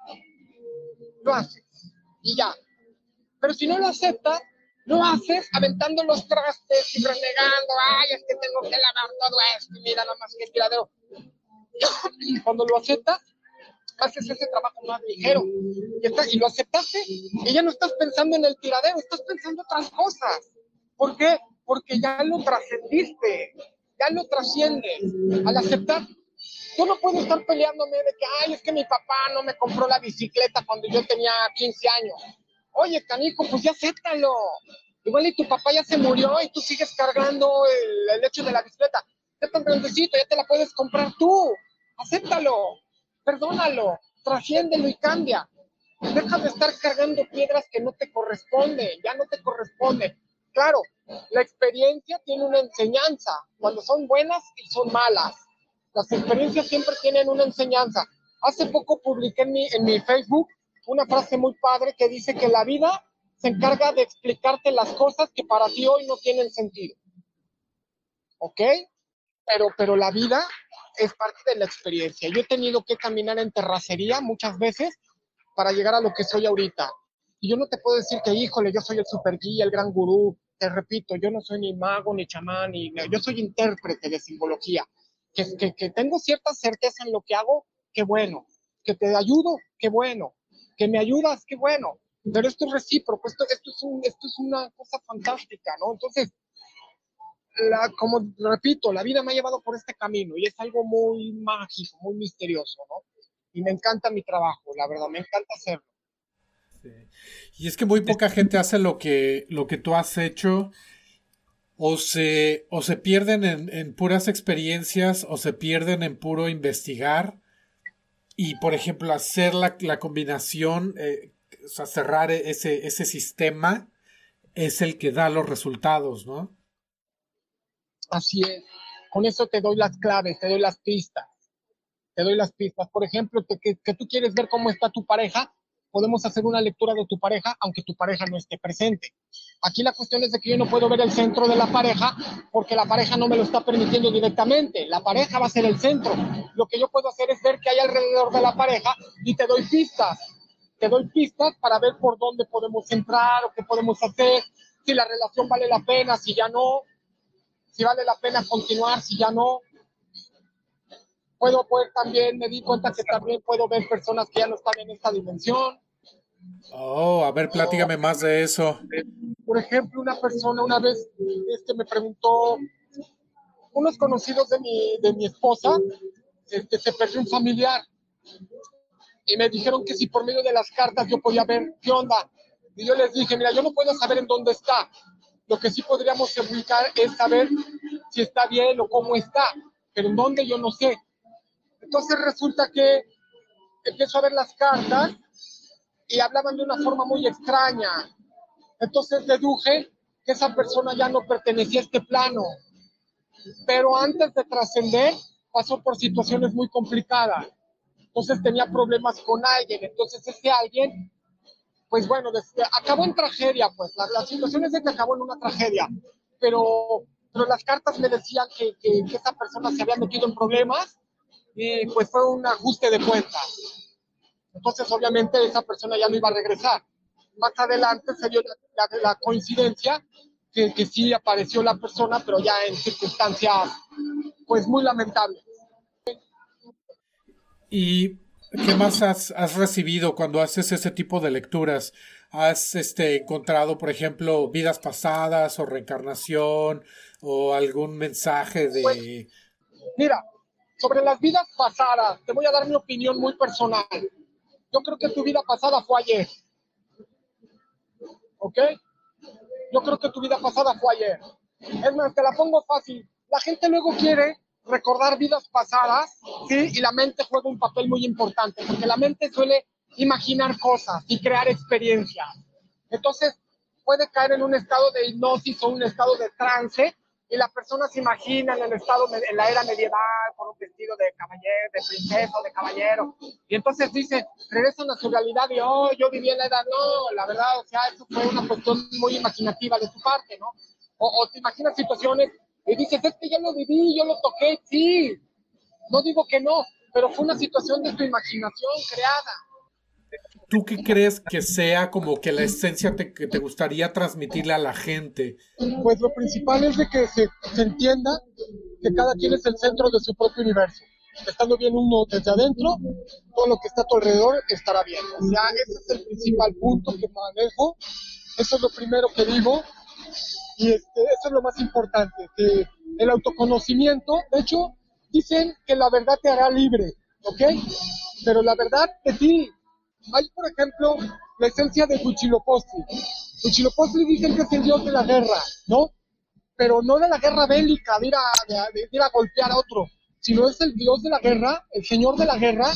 Lo haces. Y ya. Pero si no lo aceptas, lo haces aventando los trastes y renegando. Ay, es que tengo que lavar todo esto. Y mira, nada más que el tiradero. Y cuando lo aceptas, haces ese trabajo más ligero. Y lo aceptaste y ya no estás pensando en el tiradero, estás pensando otras cosas. ¿Por qué? Porque ya lo trascendiste, ya lo trasciendes. Al aceptar, yo no puedo estar peleándome de que, ay, es que mi papá no me compró la bicicleta cuando yo tenía 15 años. Oye, canijo, pues ya acéptalo. Igual y tu papá ya se murió y tú sigues cargando el hecho de la bicicleta. Ya tan grandecito, ya te la puedes comprar tú. Acéptalo, perdónalo, trasciéndelo y cambia. Deja de estar cargando piedras que no te corresponden, ya no te corresponde. Claro, la experiencia tiene una enseñanza, cuando son buenas y son malas. Las experiencias siempre tienen una enseñanza. Hace poco publiqué en mi Facebook una frase muy padre que dice que la vida se encarga de explicarte las cosas que para ti hoy no tienen sentido. ¿Ok? Pero la vida es parte de la experiencia. Yo he tenido que caminar en terracería muchas veces para llegar a lo que soy ahorita. Y yo no te puedo decir que, híjole, yo soy el super guía, el gran gurú. Te repito, yo no soy ni mago, ni chamán, yo soy intérprete de simbología. Que tengo cierta certeza en lo que hago, qué bueno. Que te ayudo, qué bueno. Que me ayudas, qué bueno. Pero esto es recíproco, esto es una cosa fantástica, ¿no? Entonces, como repito, la vida me ha llevado por este camino y es algo muy mágico, muy misterioso, ¿no? Y me encanta mi trabajo, la verdad, me encanta hacerlo. Sí. Y es que muy poca gente hace lo que tú has hecho, o se pierden en puras experiencias, o se pierden en puro investigar. Y, por ejemplo, hacer la combinación, o sea, cerrar ese sistema es el que da los resultados, ¿no? Así es. Con eso te doy las claves, te doy las pistas. Te doy las pistas. Por ejemplo, que tú quieres ver cómo está tu pareja, podemos hacer una lectura de tu pareja, aunque tu pareja no esté presente. Aquí la cuestión es de que yo no puedo ver el centro de la pareja porque la pareja no me lo está permitiendo directamente. La pareja va a ser el centro. Lo que yo puedo hacer es ver qué hay alrededor de la pareja y te doy pistas. Te doy pistas para ver por dónde podemos entrar o qué podemos hacer, si la relación vale la pena, si ya no, si vale la pena continuar, si ya no. Puedo ver también, me di cuenta que también puedo ver personas que ya no están en esta dimensión. Oh, a ver, platícame más de eso. Por ejemplo, una persona una vez me preguntó, unos conocidos de mi esposa, se perdió un familiar y me dijeron que si por medio de las cartas yo podía ver qué onda. Y yo les dije, mira, yo no puedo saber en dónde está. Lo que sí podríamos ubicar es saber si está bien o cómo está, pero en dónde yo no sé. Entonces resulta que empiezo a ver las cartas y hablaban de una forma muy extraña. Entonces deduje que esa persona ya no pertenecía a este plano, pero antes de trascender pasó por situaciones muy complicadas. Entonces tenía problemas con alguien. Entonces ese alguien, pues bueno, acabó en tragedia, pues la situación es de que acabó en una tragedia, pero las cartas me decían que esa persona se había metido en problemas y pues fue un ajuste de cuentas. Entonces, obviamente, esa persona ya no iba a regresar. Más adelante se dio la coincidencia que sí apareció la persona, pero ya en circunstancias, pues, muy lamentables. ¿Y qué más has recibido cuando haces ese tipo de lecturas? ¿Has encontrado, por ejemplo, vidas pasadas o reencarnación o algún mensaje Pues, de... mira, sobre las vidas pasadas, te voy a dar mi opinión muy personal. Yo creo que tu vida pasada fue ayer, ¿ok? yo creo que tu vida pasada fue ayer. Es más, te la pongo fácil. La gente luego quiere recordar vidas pasadas, ¿sí? Y la mente juega un papel muy importante, porque la mente suele imaginar cosas y crear experiencias. Entonces, puede caer en un estado de hipnosis o un estado de trance, y la persona se imagina en el estado, en la era medieval, con un vestido de caballero, de princesa o de caballero, y entonces dice, regresan a su realidad y, oh, yo viví en la edad. No, la verdad, o sea, eso fue una cuestión muy imaginativa de tu parte, ¿no? O te imaginas situaciones y dices, es que yo lo viví, yo lo toqué, sí, no digo que no, pero fue una situación de tu imaginación creada. ¿Tú qué crees que sea como que la esencia que te gustaría transmitirle a la gente? Pues lo principal es de que se entienda que cada quien es el centro de su propio universo. Estando bien uno desde adentro, todo lo que está a tu alrededor estará bien. O sea, ese es el principal punto que manejo. Eso es lo primero que digo. Y eso es lo más importante, que el autoconocimiento, de hecho, dicen que la verdad te hará libre, ¿ok? Pero la verdad de ti. Hay, por ejemplo, la esencia de Huitzilopochtli. Huitzilopochtli dicen que es el dios de la guerra, ¿no? Pero no de la guerra bélica, de ir a golpear a otro, sino es el dios de la guerra, el señor de la guerra,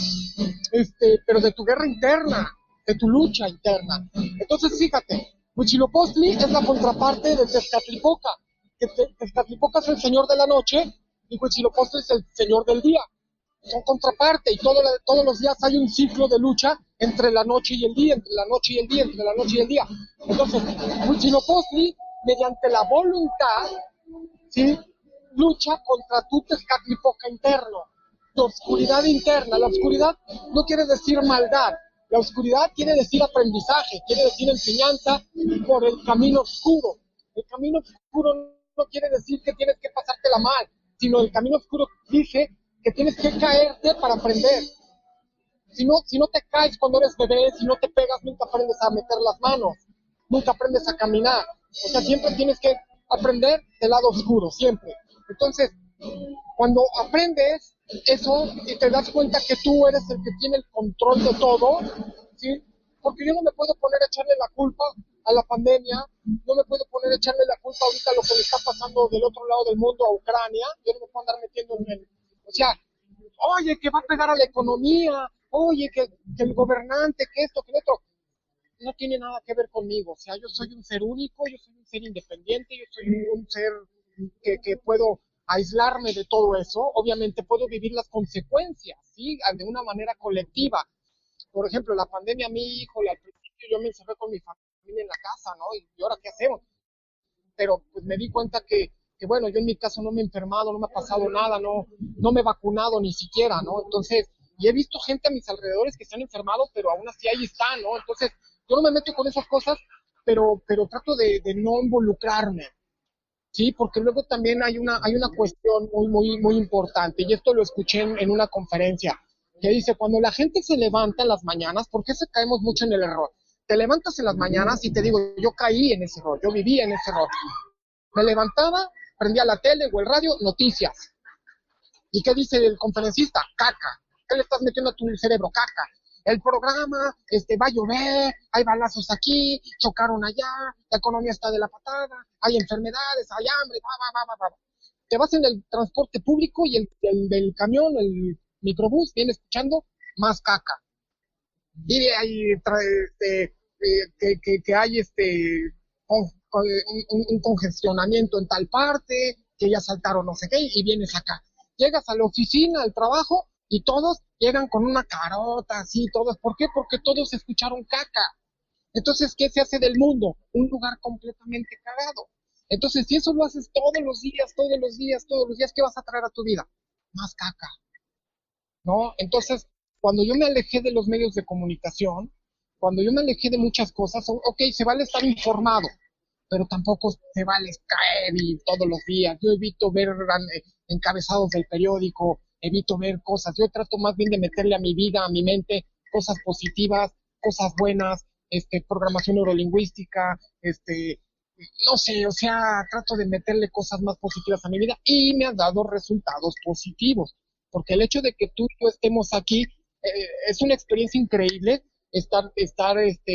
pero de tu guerra interna, de tu lucha interna. Entonces, fíjate, Huitzilopochtli es la contraparte de Tezcatlipoca, que Tezcatlipoca es el señor de la noche y Huitzilopochtli es el señor del día. Son contraparte y todos los días hay un ciclo de lucha entre la noche y el día, entre la noche y el día, entre la noche y el día. Entonces, Huitzilopochtli, mediante la voluntad, ¿sí?, lucha contra tu Tezcatlipoca interno, tu oscuridad interna. La oscuridad no quiere decir maldad, la oscuridad quiere decir aprendizaje, quiere decir enseñanza por el camino oscuro. El camino oscuro no quiere decir que tienes que pasártela mal, sino el camino oscuro dice que tienes que caerte para aprender. Si no te caes cuando eres bebé, si no te pegas, nunca aprendes a meter las manos, nunca aprendes a caminar. O sea, siempre tienes que aprender del lado oscuro, siempre. Entonces, cuando aprendes eso y te das cuenta que tú eres el que tiene el control de todo, ¿sí? Porque yo no me puedo poner a echarle la culpa a la pandemia, no me puedo poner a echarle la culpa ahorita a lo que le está pasando del otro lado del mundo, a Ucrania. Yo no me puedo andar metiendo en el... O sea, oye, que va a pegar a la economía, oye, que el gobernante, que esto, que lo otro. No tiene nada que ver conmigo. O sea, yo soy un ser único, yo soy un ser independiente, yo soy un ser que puedo aislarme de todo eso. Obviamente puedo vivir las consecuencias, ¿sí?, de una manera colectiva. Por ejemplo, la pandemia, mi hijo, al principio yo me encerré con mi familia en la casa, ¿no? ¿Y ahora qué hacemos? Pero pues me di cuenta que bueno, yo en mi caso no me he enfermado, no me ha pasado nada, no me he vacunado ni siquiera, ¿no? Entonces, y he visto gente a mis alrededores que se han enfermado, pero aún así ahí están, ¿no? Entonces, yo no me meto con esas cosas, pero trato de no involucrarme, ¿sí? Porque luego también hay una cuestión muy importante, y esto lo escuché en una conferencia, que dice, cuando la gente se levanta en las mañanas, ¿por qué se caemos mucho en el error? Te levantas en las mañanas y te digo, yo caí en ese error, yo viví en ese error. Me levantaba, prendía la tele o el radio, noticias. ¿Y qué dice el conferencista? Caca. ¿Qué le estás metiendo a tu cerebro? Caca. El programa, va a llover, hay balazos aquí, chocaron allá, la economía está de la patada, hay enfermedades, hay hambre, va. Te vas en el transporte público y el del camión, el microbús, viene escuchando más caca. Y hay que hay un congestionamiento en tal parte, que ya saltaron no sé qué, y vienes acá. Llegas a la oficina, al trabajo, y todos llegan con una carota, así, todos. ¿Por qué? Porque todos escucharon caca. Entonces, ¿qué se hace del mundo? Un lugar completamente cagado. Entonces, si eso lo haces todos los días, ¿qué vas a traer a tu vida? Más caca, ¿no? Entonces, cuando yo me alejé de los medios de comunicación, cuando yo me alejé de muchas cosas, ok, se vale estar informado, pero tampoco se vale caer y todos los días. Yo evito ver encabezados del periódico, evito ver cosas. Yo trato más bien de meterle a mi vida, a mi mente, cosas positivas, cosas buenas, programación neurolingüística, no sé, o sea, trato de meterle cosas más positivas a mi vida y me ha dado resultados positivos. Porque el hecho de que tú y yo estemos aquí es una experiencia increíble, estar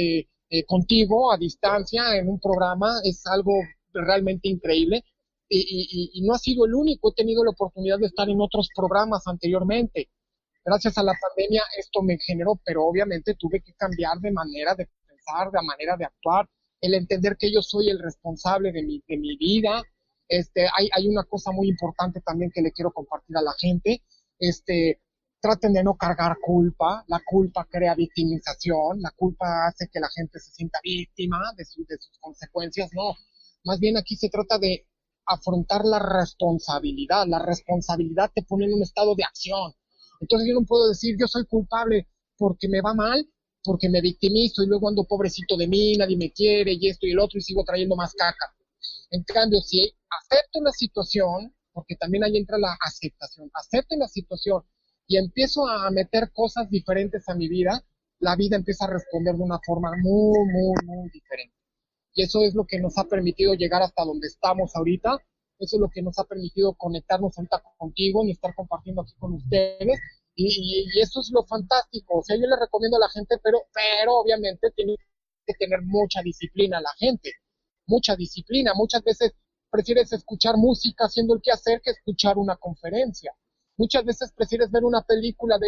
contigo a distancia en un programa es algo realmente increíble. Y no ha sido el único, he tenido la oportunidad de estar en otros programas anteriormente. Gracias a la pandemia esto me generó, pero obviamente tuve que cambiar de manera de pensar, de manera de actuar, el entender que yo soy el responsable de mi vida. Hay una cosa muy importante también que le quiero compartir a la gente. Traten de no cargar culpa. La culpa crea victimización. La culpa hace que la gente se sienta víctima de sus consecuencias. No, más bien aquí se trata de afrontar la responsabilidad. La responsabilidad te pone en un estado de acción. Entonces yo no puedo decir yo soy culpable porque me va mal, porque me victimizo y luego ando pobrecito de mí, nadie me quiere y esto y el otro y sigo trayendo más caca. En cambio, si acepto la situación, porque también ahí entra la aceptación, acepto la situación y empiezo a meter cosas diferentes a mi vida, la vida empieza a responder de una forma muy, muy, muy diferente. Y eso es lo que nos ha permitido llegar hasta donde estamos ahorita. Eso es lo que nos ha permitido conectarnos ahorita contigo y estar compartiendo aquí con ustedes. Y eso es lo fantástico. O sea, yo le recomiendo a la gente, pero obviamente tiene que tener mucha disciplina la gente. Mucha disciplina. Muchas veces prefieres escuchar música haciendo el quehacer que escuchar una conferencia. Muchas veces prefieres ver una película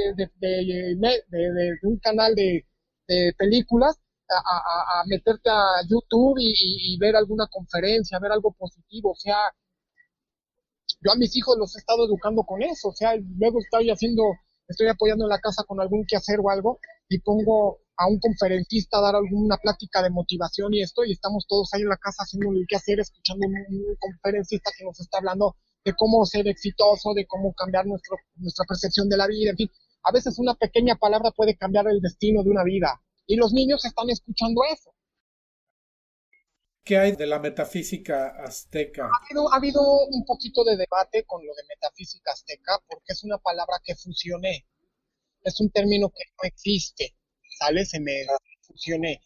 de un canal de películas a meterte a YouTube y ver alguna conferencia, ver algo positivo. O sea, yo a mis hijos los he estado educando con eso. O sea, luego estoy apoyando en la casa con algún quehacer o algo y pongo a un conferencista a dar alguna plática de motivación y esto, y estamos todos ahí en la casa haciendo el quehacer, escuchando un conferencista que nos está hablando de cómo ser exitoso, de cómo cambiar nuestra percepción de la vida, en fin. A veces una pequeña palabra puede cambiar el destino de una vida. Y los niños están escuchando eso. ¿Qué hay de la metafísica azteca? Ha habido un poquito de debate con lo de metafísica azteca porque es una palabra que fusioné. Es un término que no existe, ¿sale? Se me fusioné.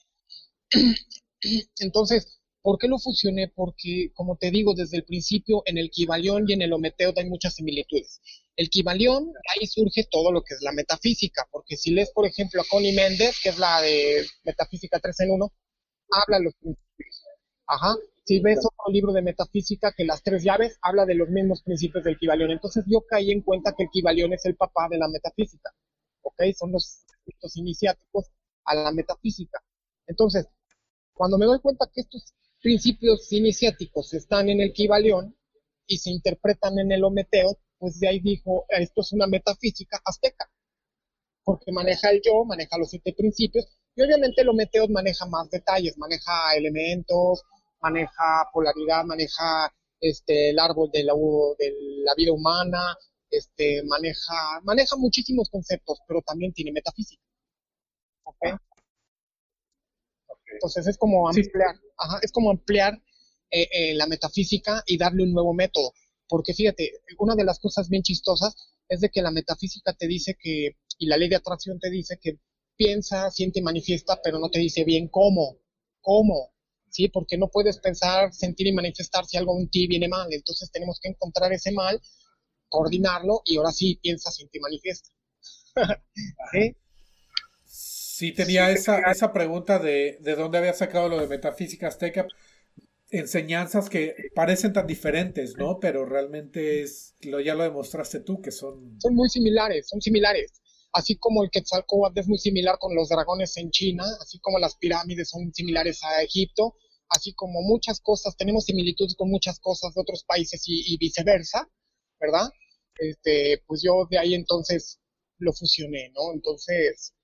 Entonces, ¿por qué lo fusioné? Porque, como te digo, desde el principio en el Kybalión y en el Ometeotl hay muchas similitudes. El Kybalión, ahí surge todo lo que es la metafísica, porque si lees, por ejemplo, a Connie Méndez, que es la de Metafísica 3 en 1, habla de los principios. Ajá. Si ves otro libro de metafísica que las tres llaves, habla de los mismos principios del Kybalión. Entonces yo caí en cuenta que el Kybalión es el papá de la metafísica. ¿Ok? Son los iniciáticos a la metafísica. Entonces, cuando me doy cuenta que estos principios iniciáticos están en el Kybalión y se interpretan en el Ometeotl, pues de ahí dijo, esto es una metafísica azteca, porque maneja el yo, maneja los 7 principios, y obviamente el Ometeotl maneja más detalles, maneja elementos, maneja polaridad, maneja el árbol de la vida humana, maneja muchísimos conceptos, pero también tiene metafísica. ¿Okay? Entonces es como ampliar, ajá, es como ampliar la metafísica y darle un nuevo método. Porque fíjate, una de las cosas bien chistosas es de que la metafísica te dice que, y la ley de atracción te dice que piensa, siente y manifiesta, pero no te dice bien cómo, ¿sí? Porque no puedes pensar, sentir y manifestar si algo en ti viene mal. Entonces tenemos que encontrar ese mal, coordinarlo y ahora sí piensa, siente y manifiesta. ¿Sí? Sí, tenía esa pregunta de dónde había sacado lo de metafísica azteca. Enseñanzas que parecen tan diferentes, ¿no? Pero realmente ya lo demostraste tú, que son... Son muy similares, son similares. Así como el Quetzalcóatl es muy similar con los dragones en China, así como las pirámides son similares a Egipto, así como muchas cosas, tenemos similitudes con muchas cosas de otros países y viceversa, ¿verdad? Pues yo de ahí entonces lo fusioné, ¿no? Entonces,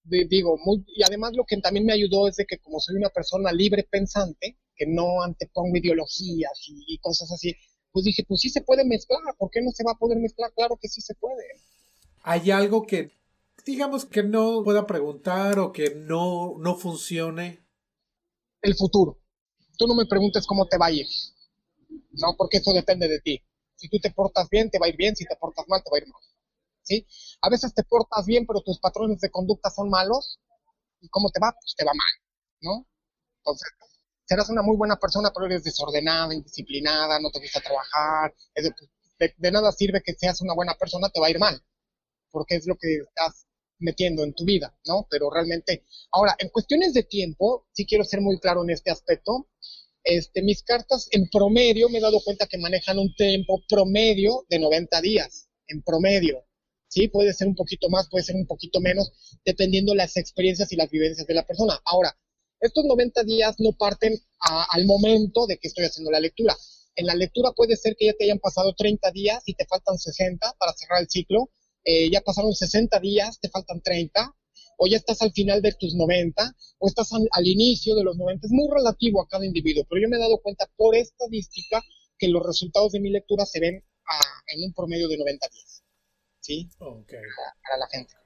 y además lo que también me ayudó es de que como soy una persona libre pensante, que no antepongo ideologías y cosas así, pues dije, pues sí se puede mezclar, ¿por qué no se va a poder mezclar? Claro que sí se puede. ¿Hay algo que, digamos, que no pueda preguntar o que no funcione? El futuro. Tú no me preguntes cómo te va a ir, ¿no? Porque eso depende de ti. Si tú te portas bien, te va a ir bien, si te portas mal, te va a ir mal, ¿sí? A veces te portas bien, pero tus patrones de conducta son malos, ¿y cómo te va? Pues te va mal, ¿no? Entonces, serás una muy buena persona, pero eres desordenada, indisciplinada, no te gusta trabajar, de nada sirve que seas una buena persona, te va a ir mal, porque es lo que estás metiendo en tu vida, ¿no? Pero realmente, ahora, en cuestiones de tiempo, sí quiero ser muy claro en este aspecto. Mis cartas en promedio me he dado cuenta que manejan un tiempo promedio de 90 días, en promedio. Sí, puede ser un poquito más, puede ser un poquito menos, dependiendo las experiencias y las vivencias de la persona. Ahora, estos 90 días no parten al momento de que estoy haciendo la lectura. En la lectura puede ser que ya te hayan pasado 30 días y te faltan 60 para cerrar el ciclo. Ya pasaron 60 días, te faltan 30, o ya estás al final de tus 90, o estás al inicio de los 90. Es muy relativo a cada individuo, pero yo me he dado cuenta por estadística que los resultados de mi lectura se ven en un promedio de 90 días. ¿Sí? Okay. Para la gente.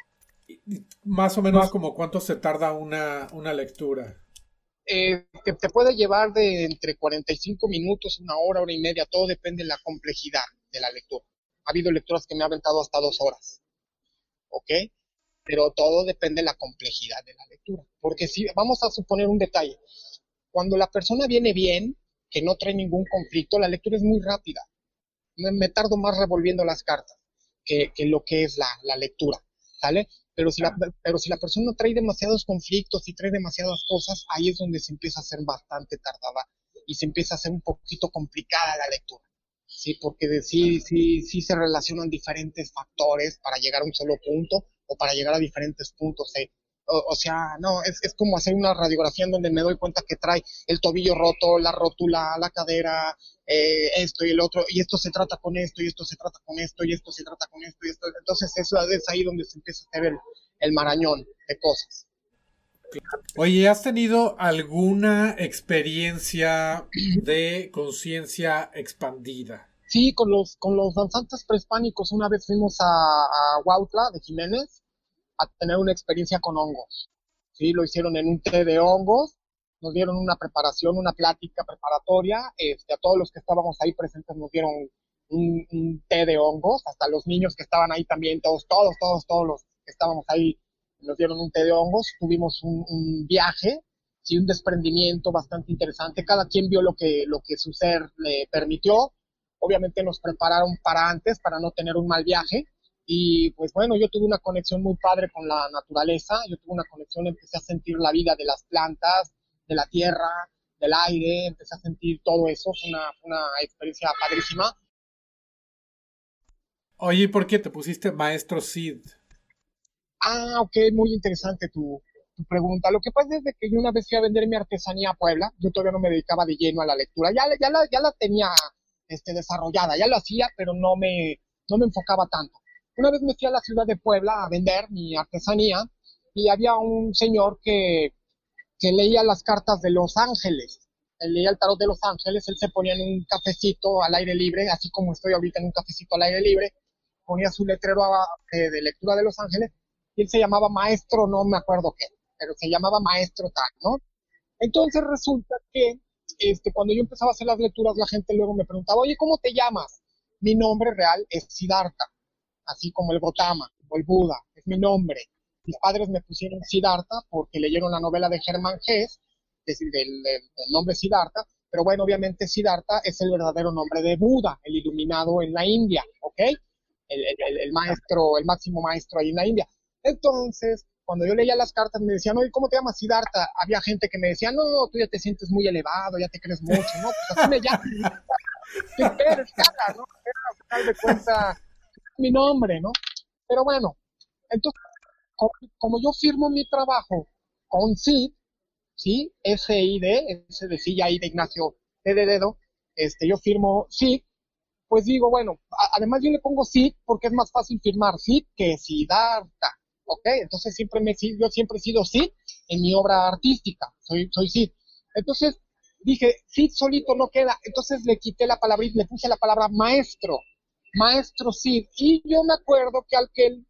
Más o menos como cuánto se tarda una lectura. Te puede llevar de entre 45 minutos, una hora y media, todo depende de la complejidad de la lectura. Ha habido lecturas que me han aventado hasta 2 horas, ¿ok? Pero todo depende de la complejidad de la lectura. Porque si vamos a suponer un detalle, cuando la persona viene bien, que no trae ningún conflicto, la lectura es muy rápida. Me tardo más revolviendo las cartas que lo que es la lectura, ¿sale? Pero si la persona trae demasiados conflictos y trae demasiadas cosas, ahí es donde se empieza a hacer bastante tardada y se empieza a hacer un poquito complicada la lectura, ¿sí? Porque sí se relacionan diferentes factores para llegar a un solo punto o para llegar a diferentes puntos, ¿eh? O sea, no, es como hacer una radiografía en donde me doy cuenta que trae el tobillo roto, la rótula, la cadera, esto y el otro, y esto se trata con esto, y esto se trata con esto, y esto se trata con esto, y esto. Entonces eso es ahí donde se empieza a hacer el marañón de cosas. Oye, ¿has tenido alguna experiencia de conciencia expandida? Sí, con los danzantes prehispánicos una vez fuimos a Huautla de Jiménez a tener una experiencia con hongos. Sí, lo hicieron en un té de hongos, nos dieron una preparación, una plática preparatoria, a todos los que estábamos ahí presentes nos dieron un té de hongos, hasta los niños que estaban ahí también, todos los que estábamos ahí nos dieron un té de hongos, tuvimos un viaje, sí, un desprendimiento bastante interesante, cada quien vio lo que su ser le permitió, obviamente nos prepararon para antes, para no tener un mal viaje, y pues bueno, yo tuve una conexión muy padre con la naturaleza, yo tuve una conexión, empecé a sentir la vida de las plantas, de la tierra, del aire, empecé a sentir todo eso, fue una experiencia padrísima. Oye, ¿por qué te pusiste Maestro Sid? Ok, muy interesante tu pregunta. Lo que pasa es de que yo una vez fui a vender mi artesanía a Puebla, yo todavía no me dedicaba de lleno a la lectura, ya la tenía desarrollada, ya lo hacía, pero no me enfocaba tanto. Una vez me fui a la ciudad de Puebla a vender mi artesanía y había un señor que leía las cartas de los ángeles. Él leía el tarot de los ángeles, él se ponía en un cafecito al aire libre, así como estoy ahorita en un cafecito al aire libre, ponía su letrero de lectura de los ángeles, y él se llamaba maestro, no me acuerdo qué, pero se llamaba maestro tal, ¿no? Entonces resulta que cuando yo empezaba a hacer las lecturas, la gente luego me preguntaba, oye, ¿cómo te llamas? Mi nombre real es Siddhartha, así como el Gotama, o el Buda, es mi nombre. Mis padres me pusieron Siddhartha porque leyeron la novela de Germán Hesse, es decir, del nombre Siddhartha, pero bueno, obviamente Siddhartha es el verdadero nombre de Buda, el iluminado en la India, ¿ok? El maestro, el máximo maestro ahí en la India. Entonces, cuando yo leía las cartas me decían, oye, ¿cómo te llamas Siddhartha? Había gente que me decía, no, tú ya te sientes muy elevado, ya te crees mucho, ¿no? Pues así me llaman. ¿Qué esperes, cara, no? Pero al final de cuentas, mi nombre, ¿no? Pero bueno, entonces, como yo firmo mi trabajo con SID, ¿sí? S-I-D, S de silla, I de Ignacio, D de dedo, yo firmo SID, pues digo, bueno, además yo le pongo Sid porque es más fácil firmar Sid que Siddhartha, ¿ok? Entonces yo siempre he sido Sid en mi obra artística, soy Sid. Entonces dije, Sid solito no queda, entonces le quité la palabra y le puse la palabra maestro Sid, y yo me acuerdo que aquel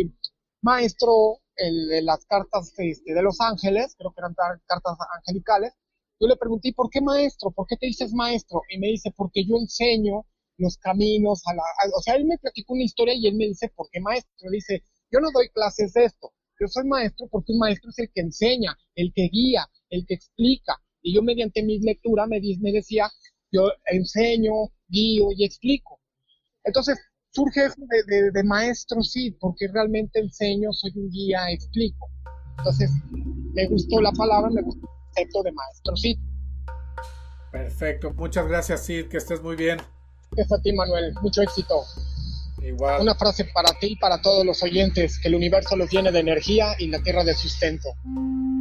maestro, el de las cartas de los ángeles, creo que eran cartas angelicales, yo le pregunté, ¿por qué maestro? ¿Por qué te dices maestro? Y me dice, porque yo enseño los caminos, o sea, él me platicó una historia y él me dice, ¿por qué maestro? Dice, yo no doy clases de esto, yo soy maestro porque un maestro es el que enseña, el que guía, el que explica, y yo mediante mi lectura me decía, yo enseño, guío y explico. Entonces, surge eso de maestro Sid, porque realmente enseño, soy un guía, explico. Entonces, me gustó la palabra, me gustó el concepto de maestro Sid. Perfecto, muchas gracias, Sid, que estés muy bien. Gracias a ti, Manuel, mucho éxito. Igual. Una frase para ti y para todos los oyentes: que el universo los llene de energía y la tierra de sustento.